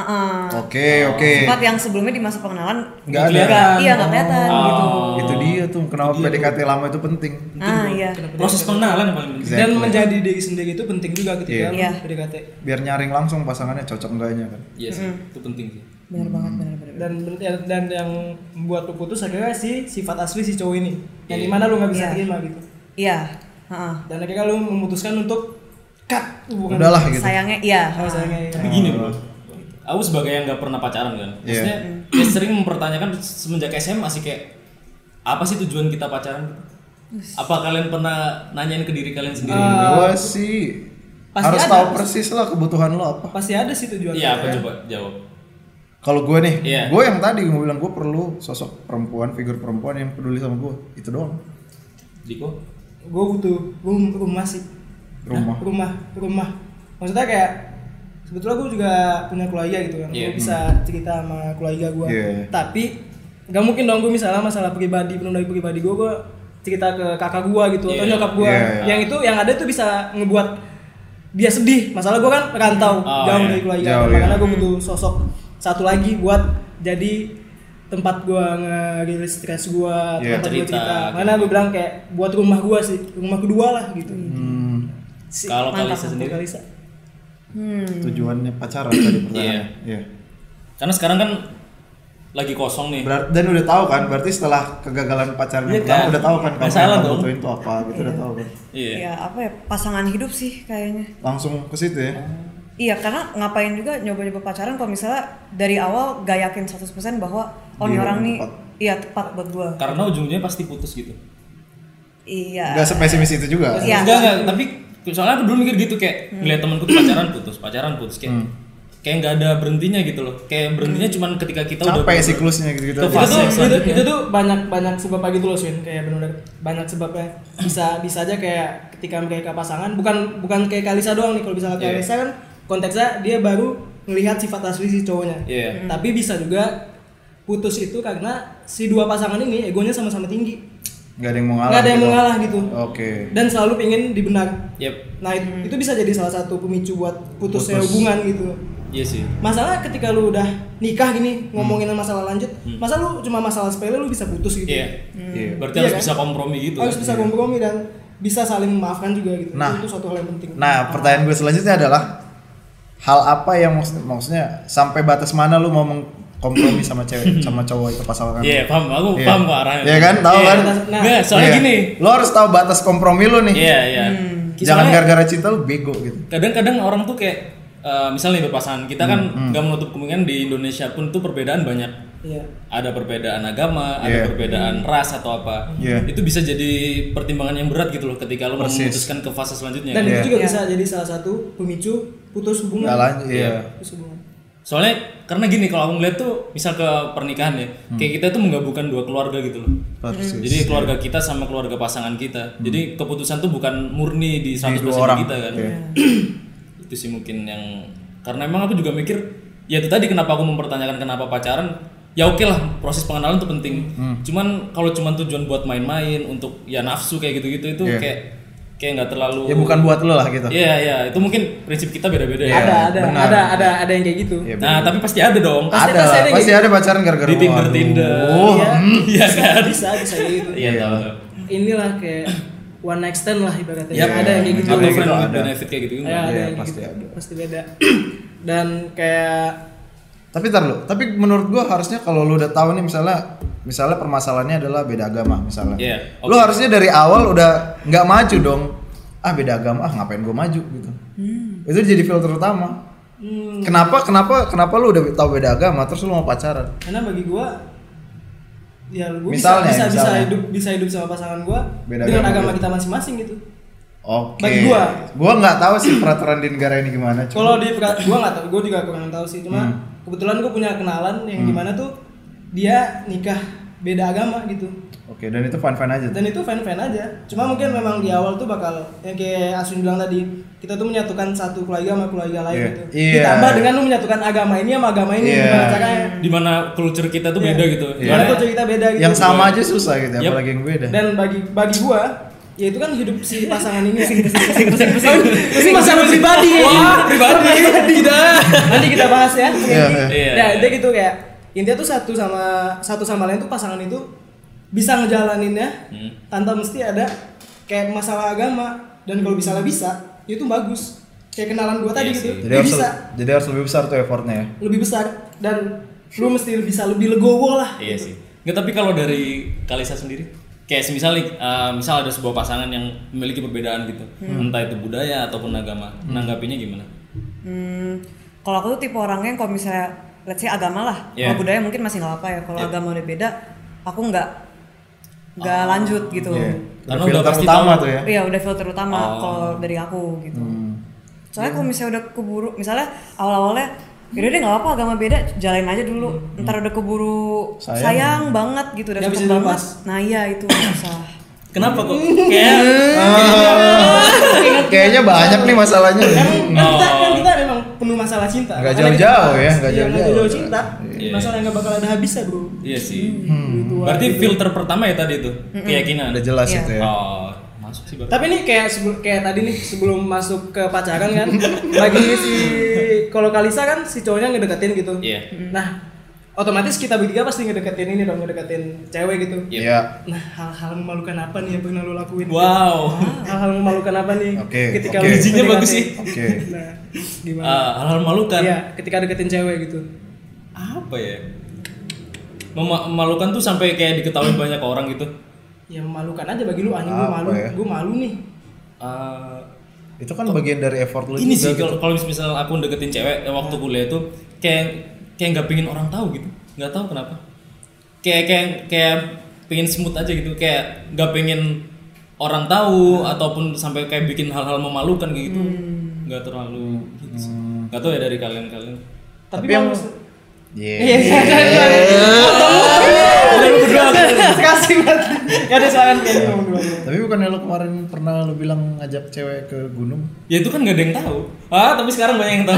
Speaker 1: Oke.
Speaker 5: Sifat yang sebelumnya di masa pengenalan
Speaker 1: Nggak ada.
Speaker 5: Iya nggak kelihatan gitu.
Speaker 1: Itu dia tuh kenapa PDKT lama itu penting.
Speaker 5: Iya.
Speaker 3: Proses pengenalan yang paling penting.
Speaker 4: Dan
Speaker 1: Exactly.
Speaker 4: menjadi diri sendiri itu penting juga ketika
Speaker 5: Iya.
Speaker 4: lu PDKT.
Speaker 1: Biar nyaring langsung pasangannya cocok enggaknya kan.
Speaker 3: Iya sih, itu penting sih.
Speaker 5: Benar banget, benar.
Speaker 4: Dan yang membuat lu putus akhirnya si sifat asli si cowok ini, yang dimana lu nggak bisa
Speaker 5: Iya.
Speaker 4: terima gitu.
Speaker 5: Iya. Heeh.
Speaker 4: Dan akhirnya lu memutuskan untuk cut hubungan.
Speaker 1: Udahlah gitu.
Speaker 5: Sayangnya iya.
Speaker 4: Oh, sayangnya.
Speaker 3: Tapi gini bro, aku sebagai yang nggak pernah pacaran kan, maksudnya ya sering mempertanyakan semenjak SMA sih kayak apa sih tujuan kita pacaran? Apa kalian pernah nanyain ke diri kalian sendiri?
Speaker 1: Gua sih
Speaker 4: Pasti
Speaker 1: harus
Speaker 4: ada.
Speaker 1: tahu persis lah kebutuhan lo apa.
Speaker 4: Pasti ada sih tujuan.
Speaker 3: Iya, apa coba jawab?
Speaker 1: Kalau gue nih,
Speaker 3: Iya.
Speaker 1: gue yang tadi gue bilang gue perlu sosok perempuan, figur perempuan yang peduli sama gue. Itu doang.
Speaker 3: Diko?
Speaker 4: Gue butuh rumah sih.
Speaker 1: Rumah.
Speaker 4: Rumah. Maksudnya kayak sebetulnya gue juga punya keluarga gitu kan.
Speaker 3: Iya.
Speaker 4: Gue bisa cerita sama keluarga gue.
Speaker 1: Iya.
Speaker 4: Tapi nggak mungkin dong gue misalnya masalah pribadi, penundaan pribadi gue cerita ke kakak gue gitu atau
Speaker 3: Iya.
Speaker 4: nyokap gue.
Speaker 1: Iya.
Speaker 4: Yang itu yang ada tuh bisa ngebuat dia sedih. Masalah gue kan rantau jauh
Speaker 3: iya.
Speaker 4: dari keluarga.
Speaker 1: Jauh,
Speaker 4: Makanya
Speaker 1: iya.
Speaker 4: gue butuh sosok satu lagi buat jadi tempat gue ngerilis stres gue,
Speaker 1: Iya.
Speaker 4: tempat gue
Speaker 3: Cerita,
Speaker 4: cerita.
Speaker 3: gitu.
Speaker 4: Mana gue bilang kayak buat rumah gue sih, rumah kedua lah gitu.
Speaker 3: Kalau
Speaker 5: Mantap,
Speaker 3: Kalisa sendiri?
Speaker 4: Kalisa.
Speaker 1: Tujuannya pacaran tadi pertanyaannya. Iya.
Speaker 3: Karena sekarang kan lagi kosong nih.
Speaker 1: Dan udah tahu kan, berarti setelah kegagalan pacaran yang
Speaker 3: Iya
Speaker 1: pertama
Speaker 3: kan?
Speaker 1: udah tahu kan
Speaker 3: Nggak
Speaker 1: kamu
Speaker 3: salah
Speaker 1: yang
Speaker 3: dong.
Speaker 1: butuhin tuh apa gitu udah tahu kan.
Speaker 3: Iya.
Speaker 5: Ya apa ya pasangan hidup sih kayaknya.
Speaker 1: Langsung ke situ ya.
Speaker 5: Iya karena ngapain juga nyoba-nyoba pacaran kalau misalnya dari awal gak yakin 100% bahwa oh nih
Speaker 1: Dia
Speaker 5: orang nih
Speaker 1: tepat.
Speaker 5: iya tepat buat gua.
Speaker 3: Karena ujungnya pasti putus gitu.
Speaker 5: Iya.
Speaker 1: Enggak sepesimis itu juga.
Speaker 5: Iya.
Speaker 3: Enggak, tapi soalnya aku dulu mikir gitu kayak ngeliat temanku tuh pacaran putus kayak kayak nggak ada berhentinya gitu loh. Kayak berhentinya cuman ketika kita udah
Speaker 1: Capek siklusnya gitu-gitu
Speaker 3: Itu
Speaker 1: aja.
Speaker 3: fase yang selanjutnya.
Speaker 4: Itu tuh banyak sebabnya gitu loh Swin, kayak benar banyak sebabnya. Bisa aja kayak ketika mereka pasangan bukan kayak Kalisa doang nih, kalau misalnya
Speaker 3: Iya.
Speaker 4: Kalisa kan konteksnya dia baru melihat sifat asli si cowoknya.
Speaker 3: Iya.
Speaker 4: Tapi bisa juga putus itu karena si dua pasangan ini egonya sama-sama tinggi.
Speaker 1: Nggak ada yang mau ngalah.
Speaker 4: nggak ada yang
Speaker 1: gitu.
Speaker 4: mau ngalah gitu.
Speaker 1: Oke.
Speaker 4: Dan selalu pengen dibenar.
Speaker 3: Yep.
Speaker 4: Nah itu bisa jadi salah satu pemicu buat putusnya
Speaker 1: Putus.
Speaker 4: hubungan gitu.
Speaker 3: Iya sih.
Speaker 4: Masalah ketika lu udah nikah gini ngomongin masalah lanjut, masa lu cuma masalah sepele lu bisa putus gitu.
Speaker 3: Iya.
Speaker 1: Iya.
Speaker 3: Berarti
Speaker 4: Iya
Speaker 3: harus
Speaker 4: kan?
Speaker 3: bisa kompromi gitu.
Speaker 4: Harus bisa kompromi dan bisa saling memaafkan juga gitu.
Speaker 1: Nah.
Speaker 4: Itu suatu hal yang penting.
Speaker 1: Nah, pertanyaan gue selanjutnya adalah hal apa yang maksudnya sampai batas mana lu mau kompromi sama cewek sama cowok itu pasangan?
Speaker 3: Iya, paham. Aku
Speaker 1: Iya.
Speaker 3: paham kok arahnya.
Speaker 1: Iya kan, tahu
Speaker 3: Iya.
Speaker 1: kan?
Speaker 4: Nah,
Speaker 3: Nggak, soalnya
Speaker 1: Iya.
Speaker 3: gini.
Speaker 1: Lo harus tahu batas kompromi lu nih.
Speaker 3: Iya, iya.
Speaker 1: Jangan
Speaker 3: Soalnya
Speaker 1: gara-gara cinta lu bego gitu.
Speaker 3: kadang-kadang orang tuh kayak misalnya nih berpasangan, kita kan nggak menutup kemungkinan di Indonesia pun tuh perbedaan banyak.
Speaker 4: Iya.
Speaker 3: Ada perbedaan agama,
Speaker 1: Iya.
Speaker 3: ada perbedaan ras atau apa.
Speaker 1: Iya.
Speaker 3: Itu bisa jadi pertimbangan yang berat gitu loh ketika lo mau
Speaker 1: Persis.
Speaker 3: memutuskan ke fase selanjutnya.
Speaker 4: Dan
Speaker 1: Iya.
Speaker 4: itu juga
Speaker 5: Iya.
Speaker 4: bisa jadi salah satu pemicu putus hubungan.
Speaker 1: Nggak lanjut, iya.
Speaker 4: Putus hubungan.
Speaker 3: Soalnya karena gini, kalau aku ngeliat tuh misal ke pernikahan ya, kayak kita tuh menggabungkan dua keluarga gitu loh.
Speaker 1: Persis.
Speaker 3: Jadi keluarga kita sama keluarga pasangan kita. Jadi keputusan tuh bukan murni di 100%
Speaker 1: dua orang.
Speaker 3: kita kan.
Speaker 1: Iya.
Speaker 3: Itu sih mungkin yang karena emang aku juga mikir ya itu tadi kenapa aku mempertanyakan kenapa pacaran. Ya oke lah, proses pengenalan tuh penting. Cuman kalau cuman tujuan buat main-main untuk ya nafsu kayak gitu-gitu itu
Speaker 1: Iya.
Speaker 3: kayak nggak terlalu.
Speaker 1: Ya bukan buat lu lah gitu.
Speaker 3: Iya, iya, itu mungkin prinsip kita beda-beda ya.
Speaker 1: Iya.
Speaker 4: Ada,
Speaker 1: benar.
Speaker 4: ada yang kayak gitu.
Speaker 1: Iya,
Speaker 3: Nah, tapi pasti ada dong.
Speaker 4: Pasti
Speaker 1: ada lah,
Speaker 4: ada
Speaker 1: pasti
Speaker 4: gitu.
Speaker 1: ada pacaran gara-gara
Speaker 3: Di
Speaker 1: waduh.
Speaker 3: Tinder.
Speaker 1: Oh,
Speaker 4: Iya.
Speaker 3: Iya kan?
Speaker 4: Bisa kayak gitu.
Speaker 3: Iya,
Speaker 1: Iya.
Speaker 3: tahu.
Speaker 4: Inilah kayak one night stand lah ibaratnya.
Speaker 3: Yap,
Speaker 4: Ada yang kayak gitu.
Speaker 3: Atau
Speaker 1: Ada.
Speaker 3: friend with
Speaker 1: Ada.
Speaker 3: benefit kayak gitu.
Speaker 4: Ya,
Speaker 1: Iya,
Speaker 4: ada yang
Speaker 1: pasti
Speaker 4: gitu.
Speaker 1: ada.
Speaker 4: Pasti beda. Dan kayak
Speaker 1: Tapi tar lu, tapi menurut gua harusnya kalau lu udah tahu nih misalnya permasalahannya adalah beda agama misalnya.
Speaker 3: Iya,
Speaker 1: Lu
Speaker 3: oke.
Speaker 1: harusnya dari awal udah nggak maju dong. Ah beda agama, ngapain gua maju gitu. Itu jadi filter utama. Kenapa lu udah tahu beda agama terus lu mau pacaran?
Speaker 4: karena bagi gua ya gua
Speaker 1: Misalnya.
Speaker 4: bisa hidup sama pasangan gua
Speaker 1: Beda
Speaker 4: dengan
Speaker 1: agama
Speaker 4: agama
Speaker 1: gitu.
Speaker 4: kita masing-masing gitu.
Speaker 1: Oke.
Speaker 4: Bagi
Speaker 1: Gua nggak tahu sih peraturan di negara ini gimana.
Speaker 4: Kalau gua nggak tahu, gua juga kurang tahu sih. Cuma kebetulan gua punya kenalan yang dimana tuh dia nikah beda agama gitu.
Speaker 1: Oke, dan itu fine aja.
Speaker 4: Dan itu fan-fan aja. Cuma mungkin memang di awal tuh bakal yang kayak Asun bilang tadi, kita tuh menyatukan satu keluarga sama keluarga lain
Speaker 1: Iya.
Speaker 4: gitu.
Speaker 1: Iya.
Speaker 4: Ditambah dengan lu menyatukan agama ini sama agama ini
Speaker 1: Iya.
Speaker 4: gimana caranya?
Speaker 3: Dimana culture kita tuh beda gitu.
Speaker 4: Gimana tuh cerita beda gitu.
Speaker 1: Yang sama aja susah gitu,
Speaker 3: Yap.
Speaker 1: apalagi yang beda.
Speaker 4: Dan bagi gua ya itu kan hidup si pasangan ini ya. Ini masalah pribadi ya.
Speaker 3: Wah, pribadi.
Speaker 4: Tidak. Nanti kita bahas ya.
Speaker 1: Iya.
Speaker 3: Iya.
Speaker 4: Ya, dia gitu kayak intinya tuh satu sama lain tuh pasangan itu bisa ngejalaninnya tanpa mesti ada kayak masalah agama, dan kalau misalnya bisa itu bagus. Kayak kenalan gua tadi
Speaker 3: Iya
Speaker 4: gitu.
Speaker 3: sih.
Speaker 1: Jadi
Speaker 4: Dia
Speaker 1: harus
Speaker 4: bisa
Speaker 1: jadi harus lebih besar tuh effortnya ya.
Speaker 4: lebih besar dan lu mesti bisa lebih legowo lah.
Speaker 3: Iya sih. Nggak, tapi kalau dari Kalisa sendiri, kayak misal ada sebuah pasangan yang memiliki perbedaan gitu, entah itu budaya ataupun agama, menanggapinya gimana?
Speaker 5: Kalau aku tuh tipe orangnya yang kalau misalnya let's say agama lah,
Speaker 3: Yeah.
Speaker 5: kalau budaya mungkin masih nggak apa ya. Kalau
Speaker 3: Yeah.
Speaker 5: agama udah beda, aku nggak lanjut gitu.
Speaker 1: Iya.
Speaker 3: Karena
Speaker 1: Filter
Speaker 3: udah pasti
Speaker 1: utama
Speaker 3: tahu.
Speaker 1: tuh ya.
Speaker 5: Iya udah filter utama
Speaker 3: Oh.
Speaker 5: kalau dari aku gitu. Soalnya kalau misalnya udah keburu, misalnya awal-awalnya yaudah deh nggak apa agama beda, jalanin aja dulu. Ntar udah keburu sayang banget gitu, udah
Speaker 4: Nggak
Speaker 5: suka
Speaker 4: bisa
Speaker 5: banget.
Speaker 4: dilepas.
Speaker 5: Nah iya itu susah.
Speaker 3: Kenapa kok? Kayak
Speaker 1: Kayaknya banyak nih masalahnya.
Speaker 4: Kan kita memang penuh masalah cinta.
Speaker 1: Nggak
Speaker 4: Makanya kita
Speaker 1: jauh-jauh
Speaker 4: bahas.
Speaker 1: ya, nggak
Speaker 4: Iya,
Speaker 1: jauh-jauh.
Speaker 4: cinta.
Speaker 3: Iya.
Speaker 4: Masalah yang nggak bakal ada habisnya, Bro.
Speaker 3: iya sih.
Speaker 4: Gitu,
Speaker 3: Berarti
Speaker 4: gitu.
Speaker 3: filter pertama ya tadi itu keyakinan.
Speaker 1: Udah jelas
Speaker 5: Iya.
Speaker 1: itu ya.
Speaker 3: Oh, masuk sih berarti.
Speaker 4: Tapi nih kayak tadi nih sebelum masuk ke pacaran kan, bagi si kalau Kalisa kan si cowoknya ngedeketin gitu.
Speaker 3: Iya.
Speaker 4: Nah, otomatis kita bertiga pasti ngedeketin ini dong, ngedeketin cewek gitu.
Speaker 1: Iya.
Speaker 4: Nah, hal-hal memalukan apa nih yang pernah lo lakuin?
Speaker 3: Wow.
Speaker 4: Hal-hal memalukan apa nih?
Speaker 1: Oke,
Speaker 4: ketika
Speaker 1: oke.
Speaker 4: lo
Speaker 3: Bijinya
Speaker 4: PDKT?
Speaker 3: bagus sih.
Speaker 1: Oke.
Speaker 4: Nah, gimana?
Speaker 3: Hal-hal memalukan.
Speaker 4: Iya, ketika deketin cewek gitu.
Speaker 3: Apa ya? Memalukan tuh sampai kayak diketahui banyak orang gitu.
Speaker 4: Ya memalukan aja bagi lu, anjing gue
Speaker 1: Apa
Speaker 4: malu,
Speaker 1: ya?
Speaker 4: gue malu nih.
Speaker 3: Eh,
Speaker 1: Itu kan bagian dari effort lu
Speaker 3: ini
Speaker 1: juga
Speaker 3: sih
Speaker 1: gitu.
Speaker 3: kalau misalnya aku deketin cewek waktu kuliah itu kayak nggak pingin orang tahu gitu, nggak tahu kenapa, kayak pingin smooth aja gitu, kayak nggak pingin orang tahu ataupun sampai kayak bikin hal-hal memalukan kayak gitu, nggak terlalu gitu sih. Nggak tahu ya dari kalian.
Speaker 4: Tapi
Speaker 1: yang
Speaker 4: bagus.
Speaker 1: Iya.
Speaker 4: Iya, iya, iya.
Speaker 3: Udah lu berdua
Speaker 4: Kasih banget. Ya ada silakan kayak ngomong dulu.
Speaker 1: Tapi bukannya lo kemarin pernah lo bilang ngajak cewek ke gunung?
Speaker 3: Ya itu kan gak ada yang tahu. Tapi sekarang banyak yang tahu.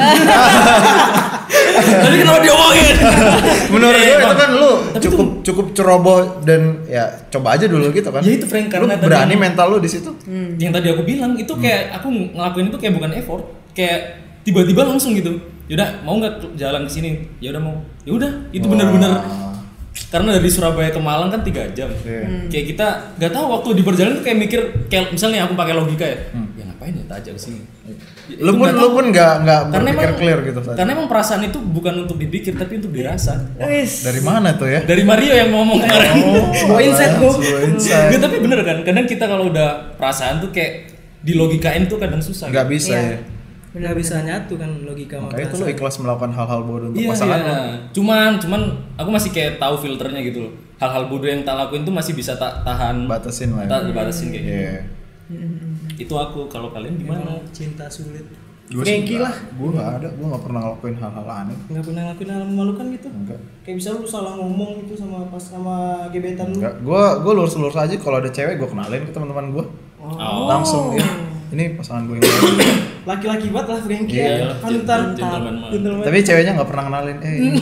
Speaker 3: Tapi kenapa diomongin?
Speaker 1: Menurut gue itu kan lo cukup ceroboh dan ya coba aja dulu gitu kan.
Speaker 3: Ya itu Frank, karena
Speaker 1: lo berani mental lo di situ.
Speaker 3: Yang tadi aku bilang itu kayak aku ngelakuin itu kayak bukan effort, kayak tiba-tiba langsung gitu. Yaudah mau nggak jalan ke sini? Ya udah mau. Ya udah itu benar-benar karena dari Surabaya ke Malang kan 3 jam. Kayak kita nggak tahu waktu di perjalanan tuh kayak mikir kayak misalnya aku pakai logika ya. Ya ngapain ya tak aja ke sini.
Speaker 1: Lu pun nggak berpikir clear gitu saat.
Speaker 3: Karena emang perasaan itu bukan untuk dipikir tapi untuk dirasa.
Speaker 1: Dari mana tuh ya?
Speaker 3: Dari Mario yang ngomong kemarin.
Speaker 4: Sebuah insight bro.
Speaker 3: Nggak, tapi bener kan, kadang kita kalau udah perasaan tuh kayak dilogikain tuh kadang susah.
Speaker 1: Nggak bisa ya.
Speaker 4: Nggak bisa nyatu kan logika sama
Speaker 1: Makanya itu lo
Speaker 4: perasaan.
Speaker 1: ikhlas melakukan hal-hal bodoh untuk pasangan lo.
Speaker 3: Cuman aku masih kayak tahu filternya gitu loh. Hal-hal bodoh yang tak lakuin tuh masih bisa tak tahan.
Speaker 1: Batasin lah ya.
Speaker 3: Dibatasin kayak gitu.
Speaker 1: Iya.
Speaker 3: Itu aku, kalau kalian gimana?
Speaker 4: Cinta sulit.
Speaker 1: Gue
Speaker 4: Frankie lah.
Speaker 1: Gue nggak ada, gue nggak pernah ngelakuin hal-hal aneh.
Speaker 4: Nggak pernah ngelakuin hal memalukan gitu.
Speaker 1: Enggak.
Speaker 4: Kayak bisa lu salah ngomong gitu sama gebetan lu.
Speaker 1: Enggak. Gue lurus-lurus aja kalau ada cewek gue kenalin ke teman-teman gue. Langsung ya. Ini pasangan gue yang baru.
Speaker 4: Laki-laki banget lah Frankie
Speaker 3: Iya,
Speaker 4: ya. Panutan.
Speaker 3: gentleman.
Speaker 1: Tapi ceweknya nggak pernah kenalin.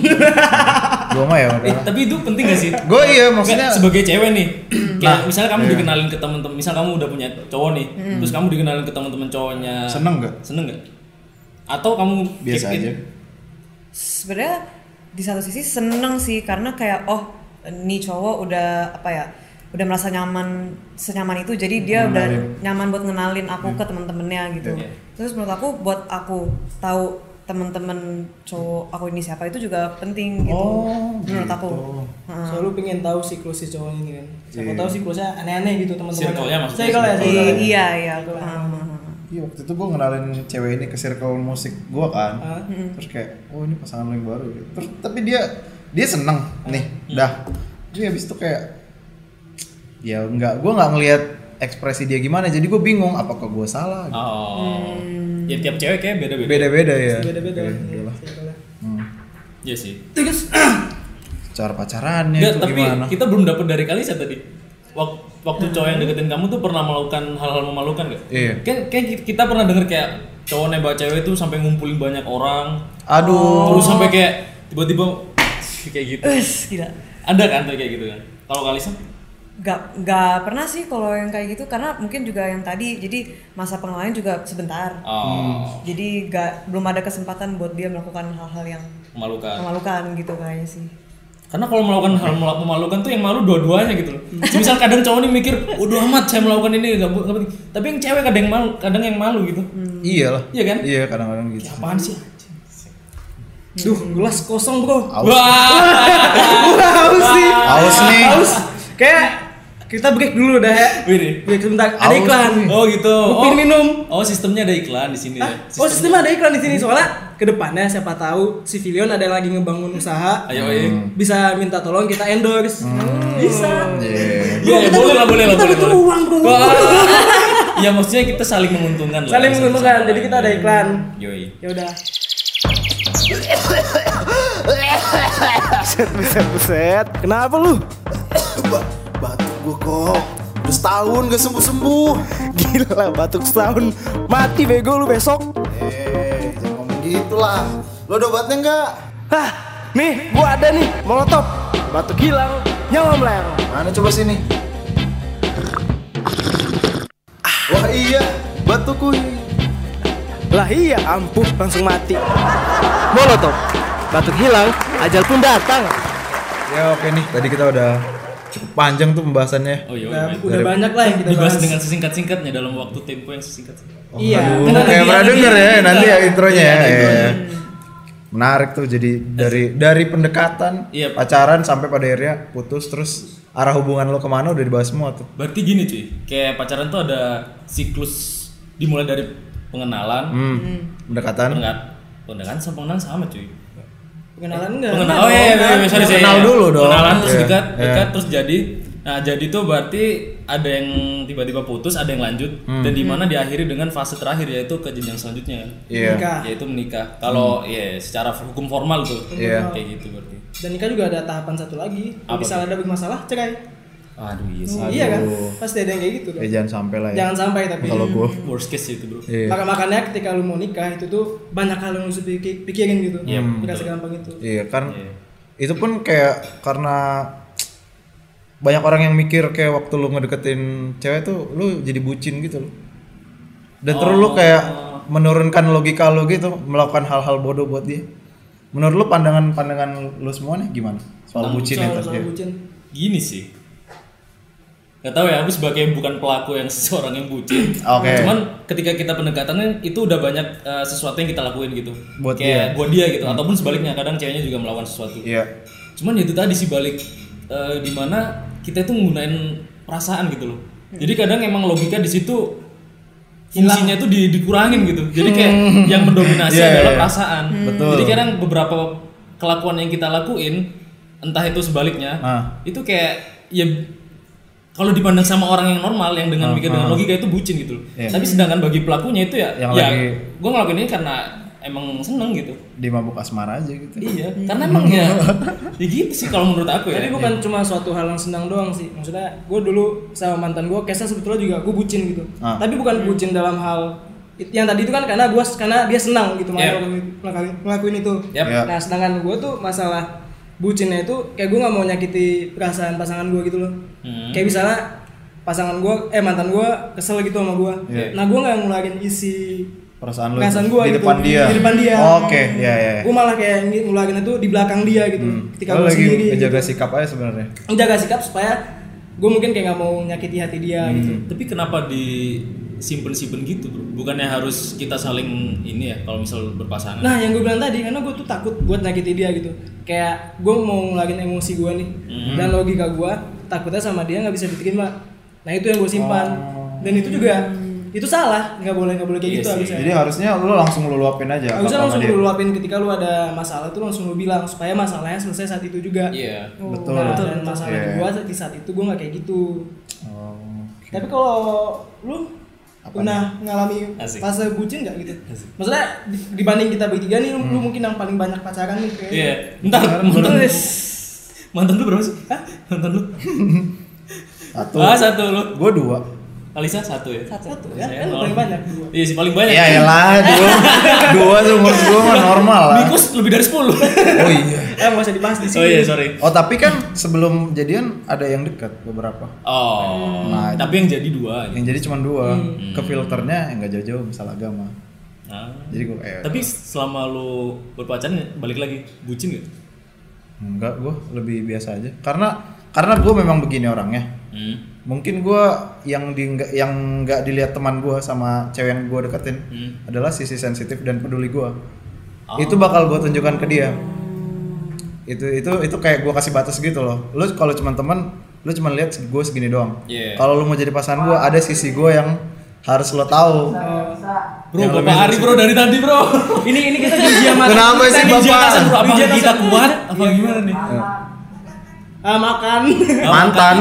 Speaker 1: Gue mah ya udah.
Speaker 3: Tapi itu penting gak sih?
Speaker 1: Gue iya maksudnya.
Speaker 3: Nggak, sebagai cewek nih, kayak misalnya kamu dikenalin ke temen-temen, misal kamu udah punya cowok nih, terus kamu dikenalin ke temen-temen cowoknya,
Speaker 1: Seneng nggak?
Speaker 3: Seneng nggak? Atau kamu
Speaker 1: Biasa
Speaker 3: keep it?
Speaker 1: aja.
Speaker 5: Sebenarnya di satu sisi seneng sih karena kayak nih cowok udah apa ya, udah merasa senyaman itu, jadi dia udah nyaman buat ngenalin aku ke teman-temannya gitu. Terus menurut aku buat aku tahu teman-teman cowok aku ini siapa itu juga penting gitu. Menurut aku.
Speaker 4: Selalu pengen tahu siklus si cowok ini kan. Siapa tahu siklusnya aneh-aneh gitu teman-teman.
Speaker 3: Circle-nya maksudnya.
Speaker 4: Circle ya.
Speaker 5: Iya.
Speaker 1: Iya waktu itu gue ngenalin cewek ini ke circle musik gue kan. Terus kayak, ini pasangan lo yang baru. Terus tapi dia seneng nih, dah. Tapi habis itu kayak ya gue nggak ngelihat ekspresi dia gimana, jadi gue bingung apakah gue salah gitu.
Speaker 3: Ya tiap cewek kayak beda-beda.
Speaker 1: Beda-beda ya.
Speaker 4: Beda-beda.
Speaker 3: Iya sih.
Speaker 4: Terus
Speaker 1: Cara pacarannya
Speaker 3: Nggak,
Speaker 1: itu
Speaker 3: tapi
Speaker 1: gimana?
Speaker 3: kita belum dapat dari Kalisa tadi. Waktu cowok yang deketin kamu tuh pernah melakukan hal-hal memalukan gak?
Speaker 1: Iya.
Speaker 3: Kayak kita pernah denger kayak cowok nembak cewek tuh sampai ngumpulin banyak orang.
Speaker 1: Aduh.
Speaker 3: Terus sampai kayak tiba-tiba kayak gitu.
Speaker 5: Gila.
Speaker 3: Ada kan tuh kayak gitu kan? Kalau Kalisa?
Speaker 5: Gak pernah sih kalau yang kayak gitu, karena mungkin juga yang tadi, jadi masa pengenalan juga sebentar. Jadi belum ada kesempatan buat dia melakukan hal-hal yang memalukan gitu kayaknya sih.
Speaker 3: Karena kalau melakukan hal memalukan tuh yang malu dua-duanya gitu loh. Misal kadang cowok nih mikir, udah amat saya melakukan ini gak penting. Tapi yang cewek kadang yang malu gitu.
Speaker 1: Iyalah.
Speaker 3: Iya kan?
Speaker 1: Iya kadang-kadang gitu.
Speaker 3: Apaan sih?
Speaker 4: duh, gelas kosong, Bro.
Speaker 1: Aus.
Speaker 4: Haus nih.
Speaker 1: Aus nih.
Speaker 4: Kayak kita break dulu dah ya.
Speaker 3: Wih,
Speaker 4: Break sebentar. Ada
Speaker 1: Haus
Speaker 4: iklan.
Speaker 1: nih.
Speaker 3: oh gitu.
Speaker 4: Upin minum.
Speaker 3: Oh, sistemnya ada iklan di sini ya.
Speaker 4: Oh, sistem ada iklan di sini soalnya kedepannya siapa tahu si Vilion ada yang lagi ngebangun usaha.
Speaker 3: Ayo.
Speaker 4: Bisa minta tolong kita endorse. Bisa.
Speaker 3: Iya, boleh lah.
Speaker 4: Kita butuh uang, Bro.
Speaker 3: Ya maksudnya kita saling menguntungkan lah.
Speaker 4: Saling menguntungkan. Jadi kita ada iklan.
Speaker 3: Yoi.
Speaker 4: Ya udah. Buset. Kenapa lu?
Speaker 6: Batuk gue kok udah setahun gak sembuh-sembuh.
Speaker 4: Gila, batuk setahun. Mati bego lu besok.
Speaker 6: Jangan ngomong gitu lah. Lo ada obatnya nggak?
Speaker 4: Hah, nih gua ada nih, molotov. Batuk hilang, nyawa melayang.
Speaker 6: Mana coba sini. Wah iya, batukku.
Speaker 4: Lah iya, ampuh langsung mati. Molotov. Batuk hilang, ajal pun datang.
Speaker 1: Ya oke nih, tadi kita udah cukup panjang tuh pembahasannya.
Speaker 3: Oh iya.
Speaker 4: Udah banyak lah yang kita
Speaker 3: Dibahas
Speaker 4: bahas.
Speaker 3: dengan sesingkat-singkatnya dalam waktu tempo yang sesingkat.
Speaker 4: Iya.
Speaker 1: Aduh,
Speaker 3: Nanti
Speaker 1: kayak pernah
Speaker 3: nanti-
Speaker 1: denger ya nanti ya
Speaker 3: Iya,
Speaker 1: intronya
Speaker 3: iya,
Speaker 1: ya.
Speaker 3: ada intronya.
Speaker 1: Iya. Menarik tuh, jadi dari pendekatan,
Speaker 3: Iya.
Speaker 1: pacaran sampai pada akhirnya putus, terus arah hubungan lo kemana udah dibahas semua tuh.
Speaker 3: Berarti gini cuy, kayak pacaran tuh ada siklus dimulai dari pengenalan,
Speaker 1: Pendekatan.
Speaker 3: pengenalan sama cuy.
Speaker 4: Pengenalan enggak?
Speaker 3: Oh iya, sorry.
Speaker 1: Kenal dulu dong.
Speaker 3: Pengenalan terus
Speaker 1: Iya,
Speaker 3: dekat,
Speaker 1: iya.
Speaker 3: terus jadi. Nah, jadi tuh berarti ada yang tiba-tiba putus, ada yang lanjut, dan di mana diakhiri dengan fase terakhir yaitu ke jenjang selanjutnya kan.
Speaker 1: Iya.
Speaker 4: Nikah.
Speaker 3: Yaitu menikah. Kalau ya secara hukum formal tuh.
Speaker 1: Iya.
Speaker 3: Kayak gitu berarti.
Speaker 4: Dan nikah juga ada tahapan satu lagi. Kalau misalnya ada masalah, cerai.
Speaker 3: Aduh iya sih.
Speaker 4: Iya kan? Pasti ada yang kayak gitu kan.
Speaker 1: Jangan sampai lah ya.
Speaker 4: Jangan sampai tapi.
Speaker 1: Kalau gue
Speaker 3: Worst case itu bro.
Speaker 4: Makanya ketika lu mau nikah itu tuh banyak hal yang harus pikirin gitu. Nggak segampang itu.
Speaker 1: Iya kan. Itu pun kayak karena banyak orang yang mikir kayak waktu lu ngedeketin cewek tuh lu jadi bucin gitu loh. Dan terus lu kayak menurunkan logika lu gitu, melakukan hal-hal bodoh buat dia. Menurut lu pandangan lu semua nih gimana? Soal bucin itu.
Speaker 4: Soal bucin.
Speaker 3: Gini sih. Gak tahu ya, aku sebagai bukan pelaku yang seseorang yang bucin. Cuman ketika kita pendekatannya itu udah banyak sesuatu yang kita lakuin gitu.
Speaker 1: Buat
Speaker 3: buat dia gitu. Ataupun sebaliknya kadang ceweknya juga melakukan sesuatu.
Speaker 1: Iya.
Speaker 3: Cuman itu tadi sih balik dimana kita itu menggunakan perasaan gitu loh. Jadi kadang emang logika di situ fungsinya itu dikurangin gitu. Jadi kayak yang mendominasi adalah perasaan.
Speaker 1: Betul.
Speaker 3: Jadi kadang beberapa kelakuan yang kita lakuin, entah itu sebaliknya, itu kayak ya kalau dipandang sama orang yang normal yang dengan mikir dengan logika itu bucin gitu loh. Tapi sedangkan bagi pelakunya itu ya gue ngelakuin ini karena emang seneng gitu.
Speaker 1: Di mabuk asmara aja gitu.
Speaker 3: Iya, karena emang ya gitu sih kalau menurut aku ya.
Speaker 4: Tapi bukan cuma suatu hal yang senang doang sih. Maksudnya gue dulu sama mantan gue, Kesa sebetulnya juga gue bucin gitu. Tapi bukan bucin dalam hal yang tadi itu kan karena dia senang gitu ngelakuin itu. Nah sedangkan gue tuh masalah bucinnya itu kayak gue nggak mau nyakiti perasaan pasangan gue gitu loh. Kayak misalnya mantan gue kesel gitu sama gue. Nah gue nggak ngulangin isi
Speaker 1: perasaan
Speaker 4: gue
Speaker 1: di
Speaker 4: gitu.
Speaker 1: depan dia.
Speaker 4: Di depan dia.
Speaker 1: Oke, ya.
Speaker 4: Gue malah kayak ngulangin itu di belakang dia gitu. Ketika
Speaker 1: gue
Speaker 4: lagi
Speaker 1: menjaga sikap aja sebenarnya.
Speaker 4: Menjaga sikap supaya gue mungkin kayak nggak mau nyakiti hati dia gitu.
Speaker 3: Tapi kenapa disimpen gitu bro? Bukannya harus kita saling ini ya kalau misal berpasangan?
Speaker 4: Nah yang gue bilang tadi karena gue tuh takut buat nyakiti dia gitu. Kayak gue mau ngulangin emosi gue nih dan logika gue takutnya sama dia nggak bisa diterima. Nah itu yang gue simpan dan itu juga itu salah, nggak boleh kayak gitu harusnya.
Speaker 1: Jadi harusnya lu langsung luapin aja.
Speaker 4: Harusnya langsung lu luapin ketika lu ada masalah tuh langsung lu bilang supaya masalahnya selesai saat itu juga.
Speaker 3: Iya.
Speaker 1: Betul.
Speaker 4: Nah, dan masalah gua di saat itu gua nggak kayak gitu. Tapi kalau lu pernah ngalami fase bucin nggak gitu? Maksudnya dibanding kita bertiga nih, lu mungkin yang paling banyak pacaran nih kayaknya.
Speaker 3: Iya. Entar mantan lu berapa sih? Hah? Mantan lu? Satu lu.
Speaker 1: Gua 2.
Speaker 3: Alisa 1 ya?
Speaker 4: Satu ya, kan paling banyak 2.
Speaker 3: Iya sih paling banyak.
Speaker 1: Ya elah, 2 tuh menurut gua mah normal lah.
Speaker 3: Mikus lebih dari 10.
Speaker 1: Oh iya.
Speaker 4: Nggak usah dibahas di sini.
Speaker 3: Oh iya sorry.
Speaker 1: Oh tapi kan sebelum jadian ada yang dekat beberapa.
Speaker 3: Oh.
Speaker 1: Nah,
Speaker 3: tapi yang jadi 2.
Speaker 1: Yang jadi cuma 2. Ke filternya yang nggak jauh-jauh misal agama. Jadi gua kayak.
Speaker 3: Tapi selama lu berpacaran balik lagi bucin gak?
Speaker 1: Enggak, gua lebih biasa aja. Karena gua memang begini orangnya. Mungkin gue yang nggak dilihat teman gue sama cewek yang gue deketin adalah sisi sensitif dan peduli gue. Itu bakal gue tunjukkan ke dia. Itu kayak gue kasih batas gitu loh. Lu kalau cuma teman, lu cuma lihat gue segini doang. Kalau lu mau jadi pasangan gue, ada sisi gue yang harus lo tahu.
Speaker 3: Bro, Bapak Ari bro dari tadi bro.
Speaker 4: ini kita ujian mata.
Speaker 1: Kenapa sih Bapak?
Speaker 3: Apa kita kuat? Apa gimana nih?
Speaker 4: Makan.
Speaker 1: Mantan.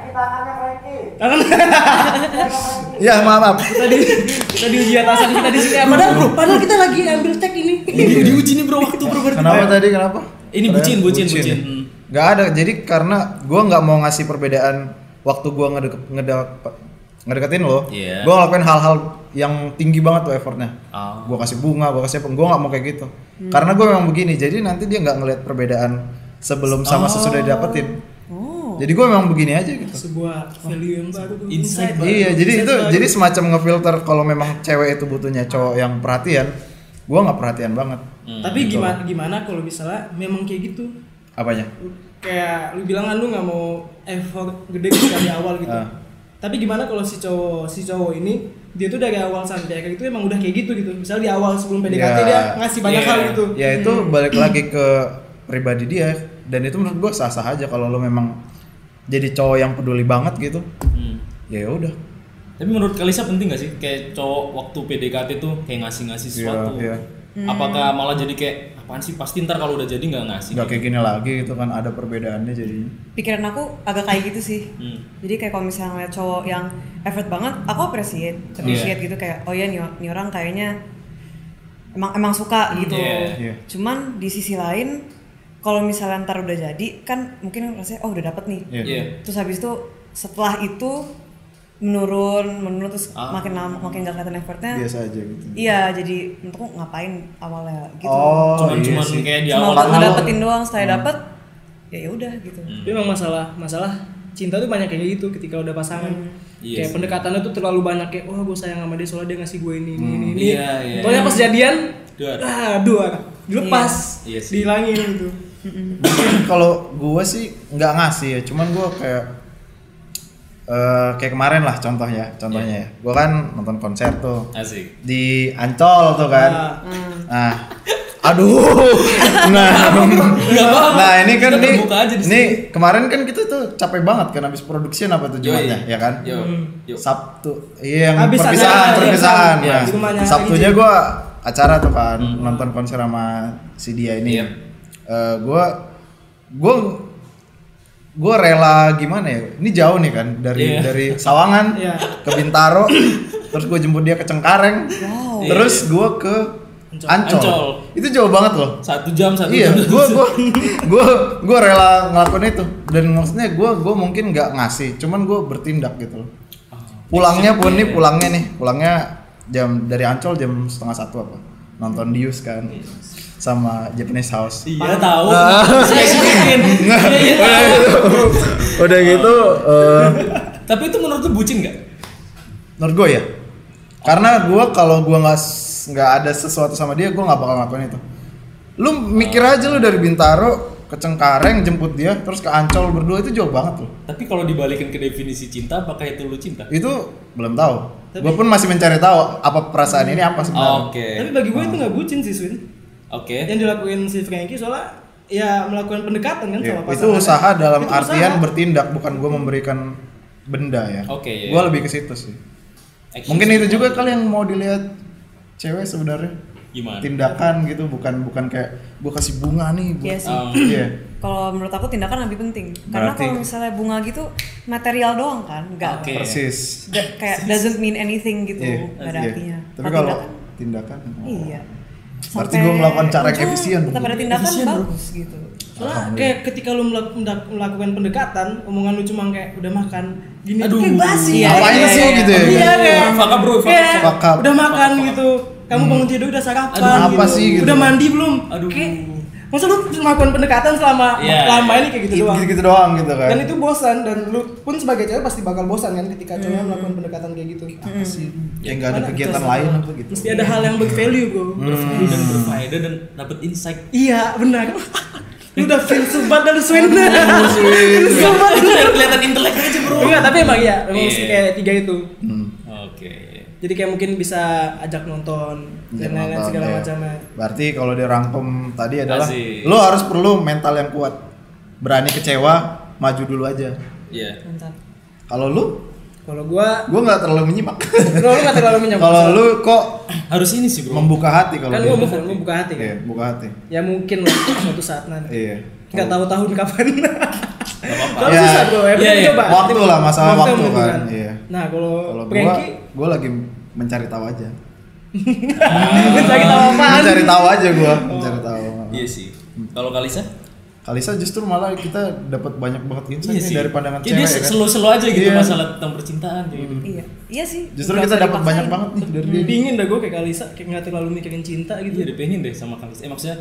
Speaker 1: Ya maaf.
Speaker 4: Kita diuji atasan kita di sini. Padahal kita lagi ambil tag ini.
Speaker 3: Diuji nih bro waktu bro.
Speaker 1: Kenapa? Ini
Speaker 3: bucin.
Speaker 1: Gak ada. Jadi karena gue nggak mau ngasih perbedaan waktu gue ngedeketin lo. Gue ngelakuin hal-hal yang tinggi banget tuh effortnya. Gue kasih bunga, gue kasih apa? Gue nggak mau kayak gitu. Karena gue memang begini. Jadi nanti dia nggak ngelihat perbedaan sebelum sama sesudah didapetin. Jadi gue memang begini aja gitu.
Speaker 4: Sebuah value yang baru tuh.
Speaker 3: Insight.
Speaker 1: Iya, jadi semacam ngefilter kalau memang cewek itu butuhnya cowok yang perhatian. Gue nggak perhatian banget.
Speaker 4: Tapi gimana kalau misalnya memang kayak gitu?
Speaker 1: Apanya?
Speaker 4: Kayak lu bilang kan lu nggak mau effort gede dari awal gitu. Tapi gimana kalau si cowok ini dia tuh dari awal sampai akhir itu emang udah kayak gitu. Misal di awal sebelum PDKT dia ngasih banyak hal gitu.
Speaker 1: Ya itu balik lagi ke pribadi dia, dan itu menurut gue sah-sah aja kalau lo memang jadi cowok yang peduli banget gitu. Ya udah.
Speaker 3: Tapi menurut Kalisa penting gak sih kayak cowok waktu PDKT tuh kayak ngasih sesuatu?
Speaker 1: Iya.
Speaker 3: Apakah malah jadi kayak apaan sih pasti ntar kalau udah jadi nggak ngasih?
Speaker 1: Nggak kayak gini lagi itu kan ada perbedaannya jadinya.
Speaker 5: Pikiran aku agak kayak gitu sih. Jadi kayak kalau misalnya ngeliat cowok yang effort banget, aku appreciate gitu kayak oh ya nih orang kayaknya emang suka gitu. Cuman di sisi lain kalau misalnya ntar udah jadi kan mungkin rasanya udah dapet nih.
Speaker 3: Iya.
Speaker 5: Terus habis itu setelah itu menurun terus makin lama makin gak kelihatan effortnya.
Speaker 1: Biasa aja gitu.
Speaker 5: Iya, jadi untuk ngapain awalnya gitu.
Speaker 3: Cuman
Speaker 1: sih.
Speaker 3: kayak di
Speaker 5: Cuma
Speaker 3: awal
Speaker 5: buat ngedapetin doang, setelah dapet ya udah gitu.
Speaker 4: Tapi memang masalah cinta tuh banyak kayak gitu ketika udah pasangan.
Speaker 3: Iya
Speaker 4: Kayak
Speaker 3: sih.
Speaker 4: pendekatannya tuh terlalu banyak kayak wah gue sayang sama dia soalnya dia ngasih gue ini.
Speaker 3: Iya.
Speaker 4: Pokoknya pas jadian
Speaker 3: Duar.
Speaker 4: dilepas,
Speaker 3: Iya sih.
Speaker 4: dihilangin gitu.
Speaker 1: Mungkin kalau gue sih nggak ngasih ya, cuman gue kayak kemarin lah contohnya ya. Gue kan nonton konser tuh
Speaker 3: Asik.
Speaker 1: di Ancol tuh kan. Nah, aduh. Nah ini kan
Speaker 3: Kita terbuka aja di
Speaker 1: ini kemarin kan kita tuh capek banget kan habis produksian apa tuh Jumatnya ya kan.
Speaker 3: Yo.
Speaker 1: Sabtu, iya yang
Speaker 4: Habis
Speaker 1: perpisahan.
Speaker 4: acara,
Speaker 1: Nah,
Speaker 4: di rumahnya
Speaker 1: Sabtunya gue acara tuh kan nonton konser sama si dia ini.
Speaker 3: Yep.
Speaker 1: Gue rela gimana ya? Ini jauh nih kan dari Sawangan ke Bintaro, terus gue jemput dia ke Cengkareng, terus gue ke Ancol. Itu jauh banget loh.
Speaker 3: 1 jam.
Speaker 1: Iya, gue rela ngelakuin itu dan maksudnya gue mungkin nggak ngasih, cuman gue bertindak gitu loh. Pulangnya jam dari Ancol jam 12:30 apa? Nonton Dius kan sama Japanese House.
Speaker 3: Iya tahu. Spesifikin. Iya.
Speaker 1: Udah gitu.
Speaker 3: Tapi itu menurut lu bucin nggak?
Speaker 1: Menurut gue ya, karena gue kalau gue nggak ada sesuatu sama dia, gue nggak bakal ngelakuin itu. Lu mikir aja lu dari Bintaro ke Cengkareng jemput dia, terus ke Ancol berdua itu jauh banget loh.
Speaker 3: Tapi kalau dibalikin ke definisi cinta, apakah itu lu cinta?
Speaker 1: Itu belum tahu. Gue pun masih mencari tahu apa perasaan ini apa sebenarnya.
Speaker 3: Oke.
Speaker 4: Tapi bagi gue itu nggak bucin sih Swin.
Speaker 3: Oke.
Speaker 4: Yang dilakuin si Frankie soalnya ya melakukan pendekatan kan
Speaker 1: Iya,
Speaker 4: sama
Speaker 1: itu
Speaker 4: pasangan.
Speaker 1: usaha dalam
Speaker 4: Itu
Speaker 1: artian
Speaker 4: usaha.
Speaker 1: bertindak, bukan gue memberikan benda ya.
Speaker 3: Oke, iya.
Speaker 1: Gue lebih ke situ sih.
Speaker 3: Action
Speaker 1: Mungkin itu
Speaker 3: sih.
Speaker 1: juga kali yang mau dilihat cewek sebenarnya.
Speaker 3: Gimana?
Speaker 1: Tindakan gitu, bukan kayak gue kasih bunga nih.
Speaker 5: Iya sih.
Speaker 1: Iya.
Speaker 5: Kalau menurut aku tindakan lebih penting. Karena
Speaker 1: Berarti-
Speaker 5: kalau misalnya bunga gitu material doang kan, nggak
Speaker 3: Oke.
Speaker 1: Persis.
Speaker 5: kayak doesn't mean anything gitu,
Speaker 1: Iya,
Speaker 5: nggak ada
Speaker 1: iya.
Speaker 5: artinya.
Speaker 1: Tapi kalau tindakan,
Speaker 5: iya.
Speaker 1: berarti gue melakukan cara yang efisien.
Speaker 5: Tetap ada tindakan
Speaker 3: Efisien, bro.
Speaker 5: bagus gitu.
Speaker 4: Soalnya kayak ketika lu melakukan pendekatan, omongan lu cuma kayak udah makan gini
Speaker 3: Aduh.
Speaker 4: kayak basi.
Speaker 5: Iya,
Speaker 1: Ngapain
Speaker 5: iya,
Speaker 1: sih
Speaker 5: iya,
Speaker 1: gitu ya?
Speaker 4: Iya kayak
Speaker 3: Fakap, bro, fakap.
Speaker 4: kayak
Speaker 1: Fakap.
Speaker 4: udah makan gitu. Kamu bangun tidur udah sarapan
Speaker 1: Aduh,
Speaker 4: gitu.
Speaker 1: apa sih gitu?
Speaker 4: Udah mandi belum?
Speaker 3: Aduh.
Speaker 4: Kayak, masa lu melakukan pendekatan selama
Speaker 3: Iya.
Speaker 4: lama ini kayak gitu doang.
Speaker 1: Gitu-gitu doang gitu kan.
Speaker 4: Dan itu bosan dan lu pun sebagai cewek pasti bakal bosan kan ketika cowok melakukan pendekatan kayak gitu.
Speaker 1: Apa sih? Kayak nggak ada
Speaker 4: Mana
Speaker 1: kegiatan
Speaker 4: itu
Speaker 1: lain apa gitu.
Speaker 4: Mesti ada hal yang bervalue, bro.
Speaker 3: Bervalue dan berfaedah dan dapat insight.
Speaker 4: Iya, benar. Lu udah feel subat dan swing.
Speaker 3: Itu biar kelihatan intelek aja, bro.
Speaker 4: Enggak, tapi emang iya, memang
Speaker 3: Iya.
Speaker 4: mesti kayak 3 itu.
Speaker 3: Oke.
Speaker 4: Jadi kayak mungkin bisa ajak nonton dan lain-lain
Speaker 1: Nonton,
Speaker 4: segala
Speaker 1: ya.
Speaker 4: macamnya.
Speaker 1: Berarti kalau dia rangkum tadi adalah
Speaker 3: Asik.
Speaker 1: lo harus perlu mental yang kuat. Berani kecewa, maju dulu aja.
Speaker 3: Iya.
Speaker 5: Mantap.
Speaker 1: Kalau lu,
Speaker 4: Kalau gua
Speaker 1: nggak terlalu menyimak.
Speaker 4: lu enggak terlalu menyambut.
Speaker 1: Kalau lu kok
Speaker 3: Harus ini sih, bro.
Speaker 1: membuka hati kalau
Speaker 4: kan
Speaker 1: dia.
Speaker 4: gua buka hati kan.
Speaker 1: Iya, buka hati.
Speaker 4: Ya mungkin lah suatu saat nanti.
Speaker 1: Iya.
Speaker 4: Enggak tahu tahun kapan. Kalau
Speaker 1: Ya,
Speaker 4: susah bro, ya
Speaker 3: iya, iya.
Speaker 4: coba.
Speaker 1: Waktu lah, masalah
Speaker 4: Waktu
Speaker 1: waktu
Speaker 4: menentukan.
Speaker 1: kan. Iya.
Speaker 4: Nah, kalau
Speaker 1: Kalau
Speaker 4: Frankie
Speaker 1: gua lagi mencari tahu aja.
Speaker 4: lagi tahu apaan?
Speaker 1: Mencari tahu aja gua, mencari tahu.
Speaker 3: Iya sih. Kalau Kalisa?
Speaker 1: Kalisa justru malah kita dapat banyak banget insight
Speaker 3: Iya
Speaker 1: nih
Speaker 3: sih.
Speaker 1: dari pandangan
Speaker 3: Kayak
Speaker 1: cewek
Speaker 3: dia
Speaker 1: ya kan.
Speaker 3: selo-selo aja gitu
Speaker 1: Iya.
Speaker 3: masalah tentang percintaan kayak gitu.
Speaker 5: Iya. Iya sih.
Speaker 1: Justru
Speaker 5: Nggak
Speaker 1: kita
Speaker 5: usah
Speaker 1: dapat
Speaker 5: dipaksain.
Speaker 1: banyak banget nih dari dia.
Speaker 4: Pingin dah gue kayak Kalisa, kayak nggak terlalu mikirin cinta gitu.
Speaker 3: Iya, deh pengen deh sama Kalisa. Maksudnya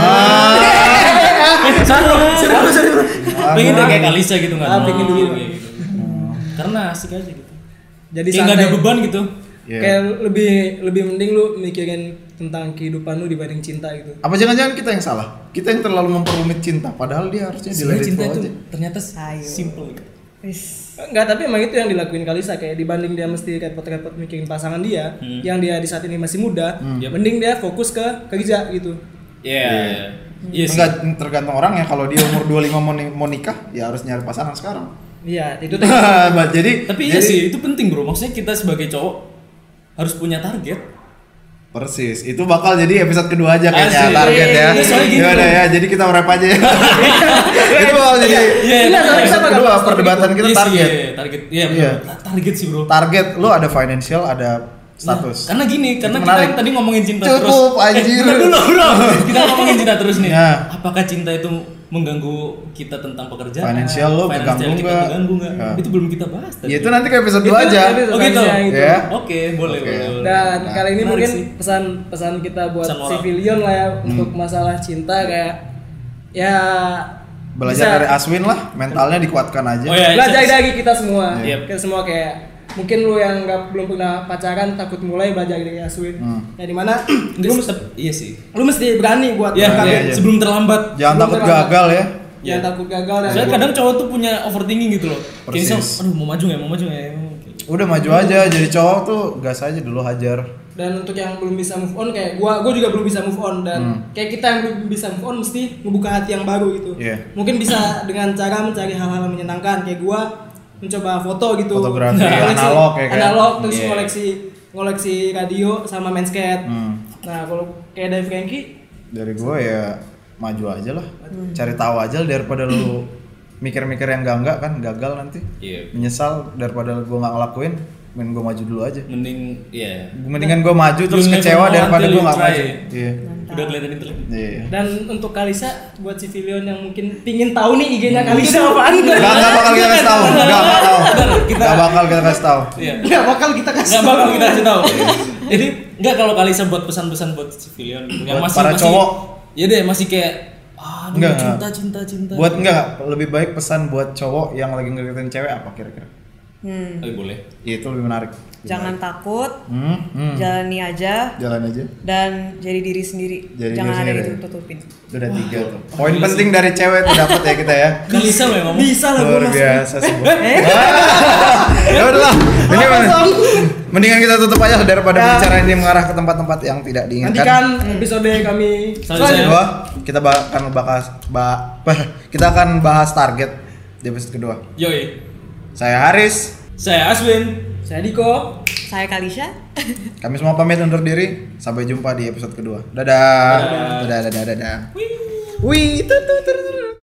Speaker 1: Ah,
Speaker 3: serius. Pengen deh kayak Kalisa gitu nggak?
Speaker 4: Pengen dulu.
Speaker 3: Kayak gitu. Karena asik aja gitu.
Speaker 4: Jadi
Speaker 3: Kayak nggak ada
Speaker 4: santai.
Speaker 3: beban gitu.
Speaker 1: Iya.
Speaker 4: Kayak lebih mending lu mikirin tentang kehidupan lu dibanding cinta gitu.
Speaker 1: Apa jangan-jangan kita yang salah? Kita yang terlalu memperumit cinta, padahal dia harusnya di
Speaker 3: Sebenarnya
Speaker 1: let it
Speaker 3: cinta
Speaker 1: flow
Speaker 3: itu
Speaker 1: aja.
Speaker 3: ternyata
Speaker 5: Ayo.
Speaker 3: simple.
Speaker 5: Wis.
Speaker 4: Enggak, tapi emang itu yang dilakuin Kalisa, kayak dibanding dia mesti repot-repot mikirin pasangan dia yang dia di saat ini masih muda, mending dia fokus ke kerja gitu.
Speaker 3: Iya. Iya sih.
Speaker 1: Enggak tergantung orang ya, kalau dia umur 25 mau nikah, ya harus nyari pasangan sekarang.
Speaker 4: Iya, itu tuh.
Speaker 1: Jadi
Speaker 3: Tapi iya sih, itu penting bro. Maksudnya kita sebagai cowok harus punya target.
Speaker 1: persis, itu bakal jadi episode kedua aja kayaknya
Speaker 3: Asik.
Speaker 1: target ya.
Speaker 3: Iya, soalnya gini,
Speaker 1: Ya udah
Speaker 3: bro.
Speaker 1: ya, jadi kita wrap aja ya. Itu bakal jadi
Speaker 3: Iya,
Speaker 4: Iya, soalnya
Speaker 1: episode
Speaker 4: kita
Speaker 1: kedua perdebatan kita
Speaker 3: Iya sih,
Speaker 1: target.
Speaker 3: iya, target. Iya,
Speaker 1: Iya.
Speaker 3: bener. Target sih bro.
Speaker 1: Target lu ada financial, ada status.
Speaker 3: Karena gini, karena kita
Speaker 1: menarik.
Speaker 3: kan tadi ngomongin cinta terus.
Speaker 1: Cukup anjir.
Speaker 3: Bentar dulu, bro. Kita ngomongin cinta terus nih.
Speaker 1: Ya.
Speaker 3: Apakah cinta itu mengganggu kita tentang pekerjaan?
Speaker 1: Financial lo
Speaker 3: Financial
Speaker 1: keganggu
Speaker 3: kita
Speaker 1: nggak?
Speaker 3: terganggu nggak?
Speaker 1: Ya.
Speaker 3: Itu belum kita bahas tadi.
Speaker 1: Ya itu nanti ke episode 2
Speaker 4: Itu
Speaker 1: aja.
Speaker 4: nanti
Speaker 3: Oh gitu.
Speaker 4: yang itu.
Speaker 1: Ya.
Speaker 3: Oke, boleh,
Speaker 1: Oke.
Speaker 3: boleh.
Speaker 4: Dan kali ini
Speaker 3: Menarik
Speaker 4: mungkin
Speaker 3: sih.
Speaker 4: pesan kita buat
Speaker 3: Pesan moral.
Speaker 4: civilian lah ya untuk masalah cinta kayak ya
Speaker 1: Belajar
Speaker 4: bisa
Speaker 1: dari Aswin lah, mentalnya dikuatkan aja.
Speaker 3: Oh iya,
Speaker 4: belajar dari kita semua.
Speaker 3: Iya.
Speaker 4: Kita semua kayak mungkin lu yang belum pernah pacaran takut mulai belajar dari Aswin. Ya dimana lu mesti
Speaker 3: Iya sih.
Speaker 4: lu mesti berani buat
Speaker 3: Iya,
Speaker 4: buka-
Speaker 3: iya,
Speaker 1: iya.
Speaker 3: sebelum terlambat.
Speaker 1: Jangan
Speaker 4: Sebelum
Speaker 1: takut
Speaker 4: terlambat.
Speaker 1: gagal ya.
Speaker 4: Jangan takut gagal dan
Speaker 3: Soalnya kadang cowok tuh punya overthinking gitu loh. Kayak
Speaker 1: Persis.
Speaker 3: misal, aduh mau maju ya.
Speaker 1: Udah maju aja, jadi cowok tuh gas aja dulu, hajar.
Speaker 4: dan untuk yang belum bisa move on kayak gua juga belum bisa move on dan kayak kita yang belum bisa move on mesti ngebuka hati yang baru gitu.
Speaker 1: Iya.
Speaker 4: Mungkin bisa dengan cara mencari hal-hal yang menyenangkan kayak gua mencoba foto gitu.
Speaker 1: Fotografi
Speaker 4: Koleksi
Speaker 1: analog ya kan?
Speaker 4: Analog terus
Speaker 3: Iya.
Speaker 4: ngoleksi radio sama main skate. Nah, kalau kayak Dave Frankie
Speaker 1: Dari gue ya maju aja lah, cari tahu aja lah, daripada lu mikir-mikir yang enggak kan gagal nanti.
Speaker 3: Iya.
Speaker 1: Menyesal daripada gue nggak ngelakuin, mending gue maju dulu aja. Mendingan gue maju terus
Speaker 3: You never
Speaker 1: kecewa
Speaker 3: know
Speaker 1: daripada
Speaker 3: until
Speaker 1: gue
Speaker 3: you
Speaker 1: nggak
Speaker 3: try.
Speaker 1: maju. Iya.
Speaker 3: Udah kelihatan intelek.
Speaker 1: Iya.
Speaker 4: dan untuk Kalisa buat civilian yang mungkin pingin tahu nih IG-nya Kalisa apaan.
Speaker 1: Nggak bakal kita kasih tahu. Nggak bakal.
Speaker 3: Kita-
Speaker 1: Nggak bakal kita kasih tahu.
Speaker 3: Iya.
Speaker 4: Nggak bakal kita kasih.
Speaker 3: Nggak bakal kita kasih tahu. Jadi nggak kalau Kalisa buat pesan-pesan buat civilian yang
Speaker 1: Buat
Speaker 3: masih
Speaker 1: para cowok.
Speaker 3: Ya deh masih kayak aduh
Speaker 1: Enggak,
Speaker 3: cinta.
Speaker 1: Buat enggak, lebih baik pesan buat cowok yang lagi ngedeketin cewek apa kira-kira?
Speaker 3: Boleh.
Speaker 1: Itu lebih menarik.
Speaker 5: Jangan takut,
Speaker 1: Hmm.
Speaker 5: jalani aja
Speaker 1: Jalan aja.
Speaker 5: dan jadi diri sendiri.
Speaker 1: Jadi
Speaker 5: Jangan
Speaker 1: diri
Speaker 5: ada
Speaker 1: sendiri.
Speaker 5: yang tutupin.
Speaker 1: Itu udah 3 tuh. Poin penting dari cewek itu dapat ya kita ya.
Speaker 3: Kalisa lo yang ngomong.
Speaker 4: Bisa lah gua
Speaker 1: Luar
Speaker 4: masuk.
Speaker 1: biasa sih. Ya udahlah. Ini mendingan kita tutup aja daripada bicara ini mengarah ke tempat-tempat yang tidak diinginkan.
Speaker 4: Nantikan episode kami
Speaker 3: Selanjutnya.
Speaker 1: Kedua, kita akan bahas target di episode kedua.
Speaker 3: Yoi.
Speaker 1: Saya Haris,
Speaker 3: Saya Aswin.
Speaker 4: Saya Diko.
Speaker 5: Saya Kalisha.
Speaker 1: kami semua pamit undur diri. Sampai jumpa di episode kedua. Dadah. Dadah.
Speaker 4: Wih, tuh.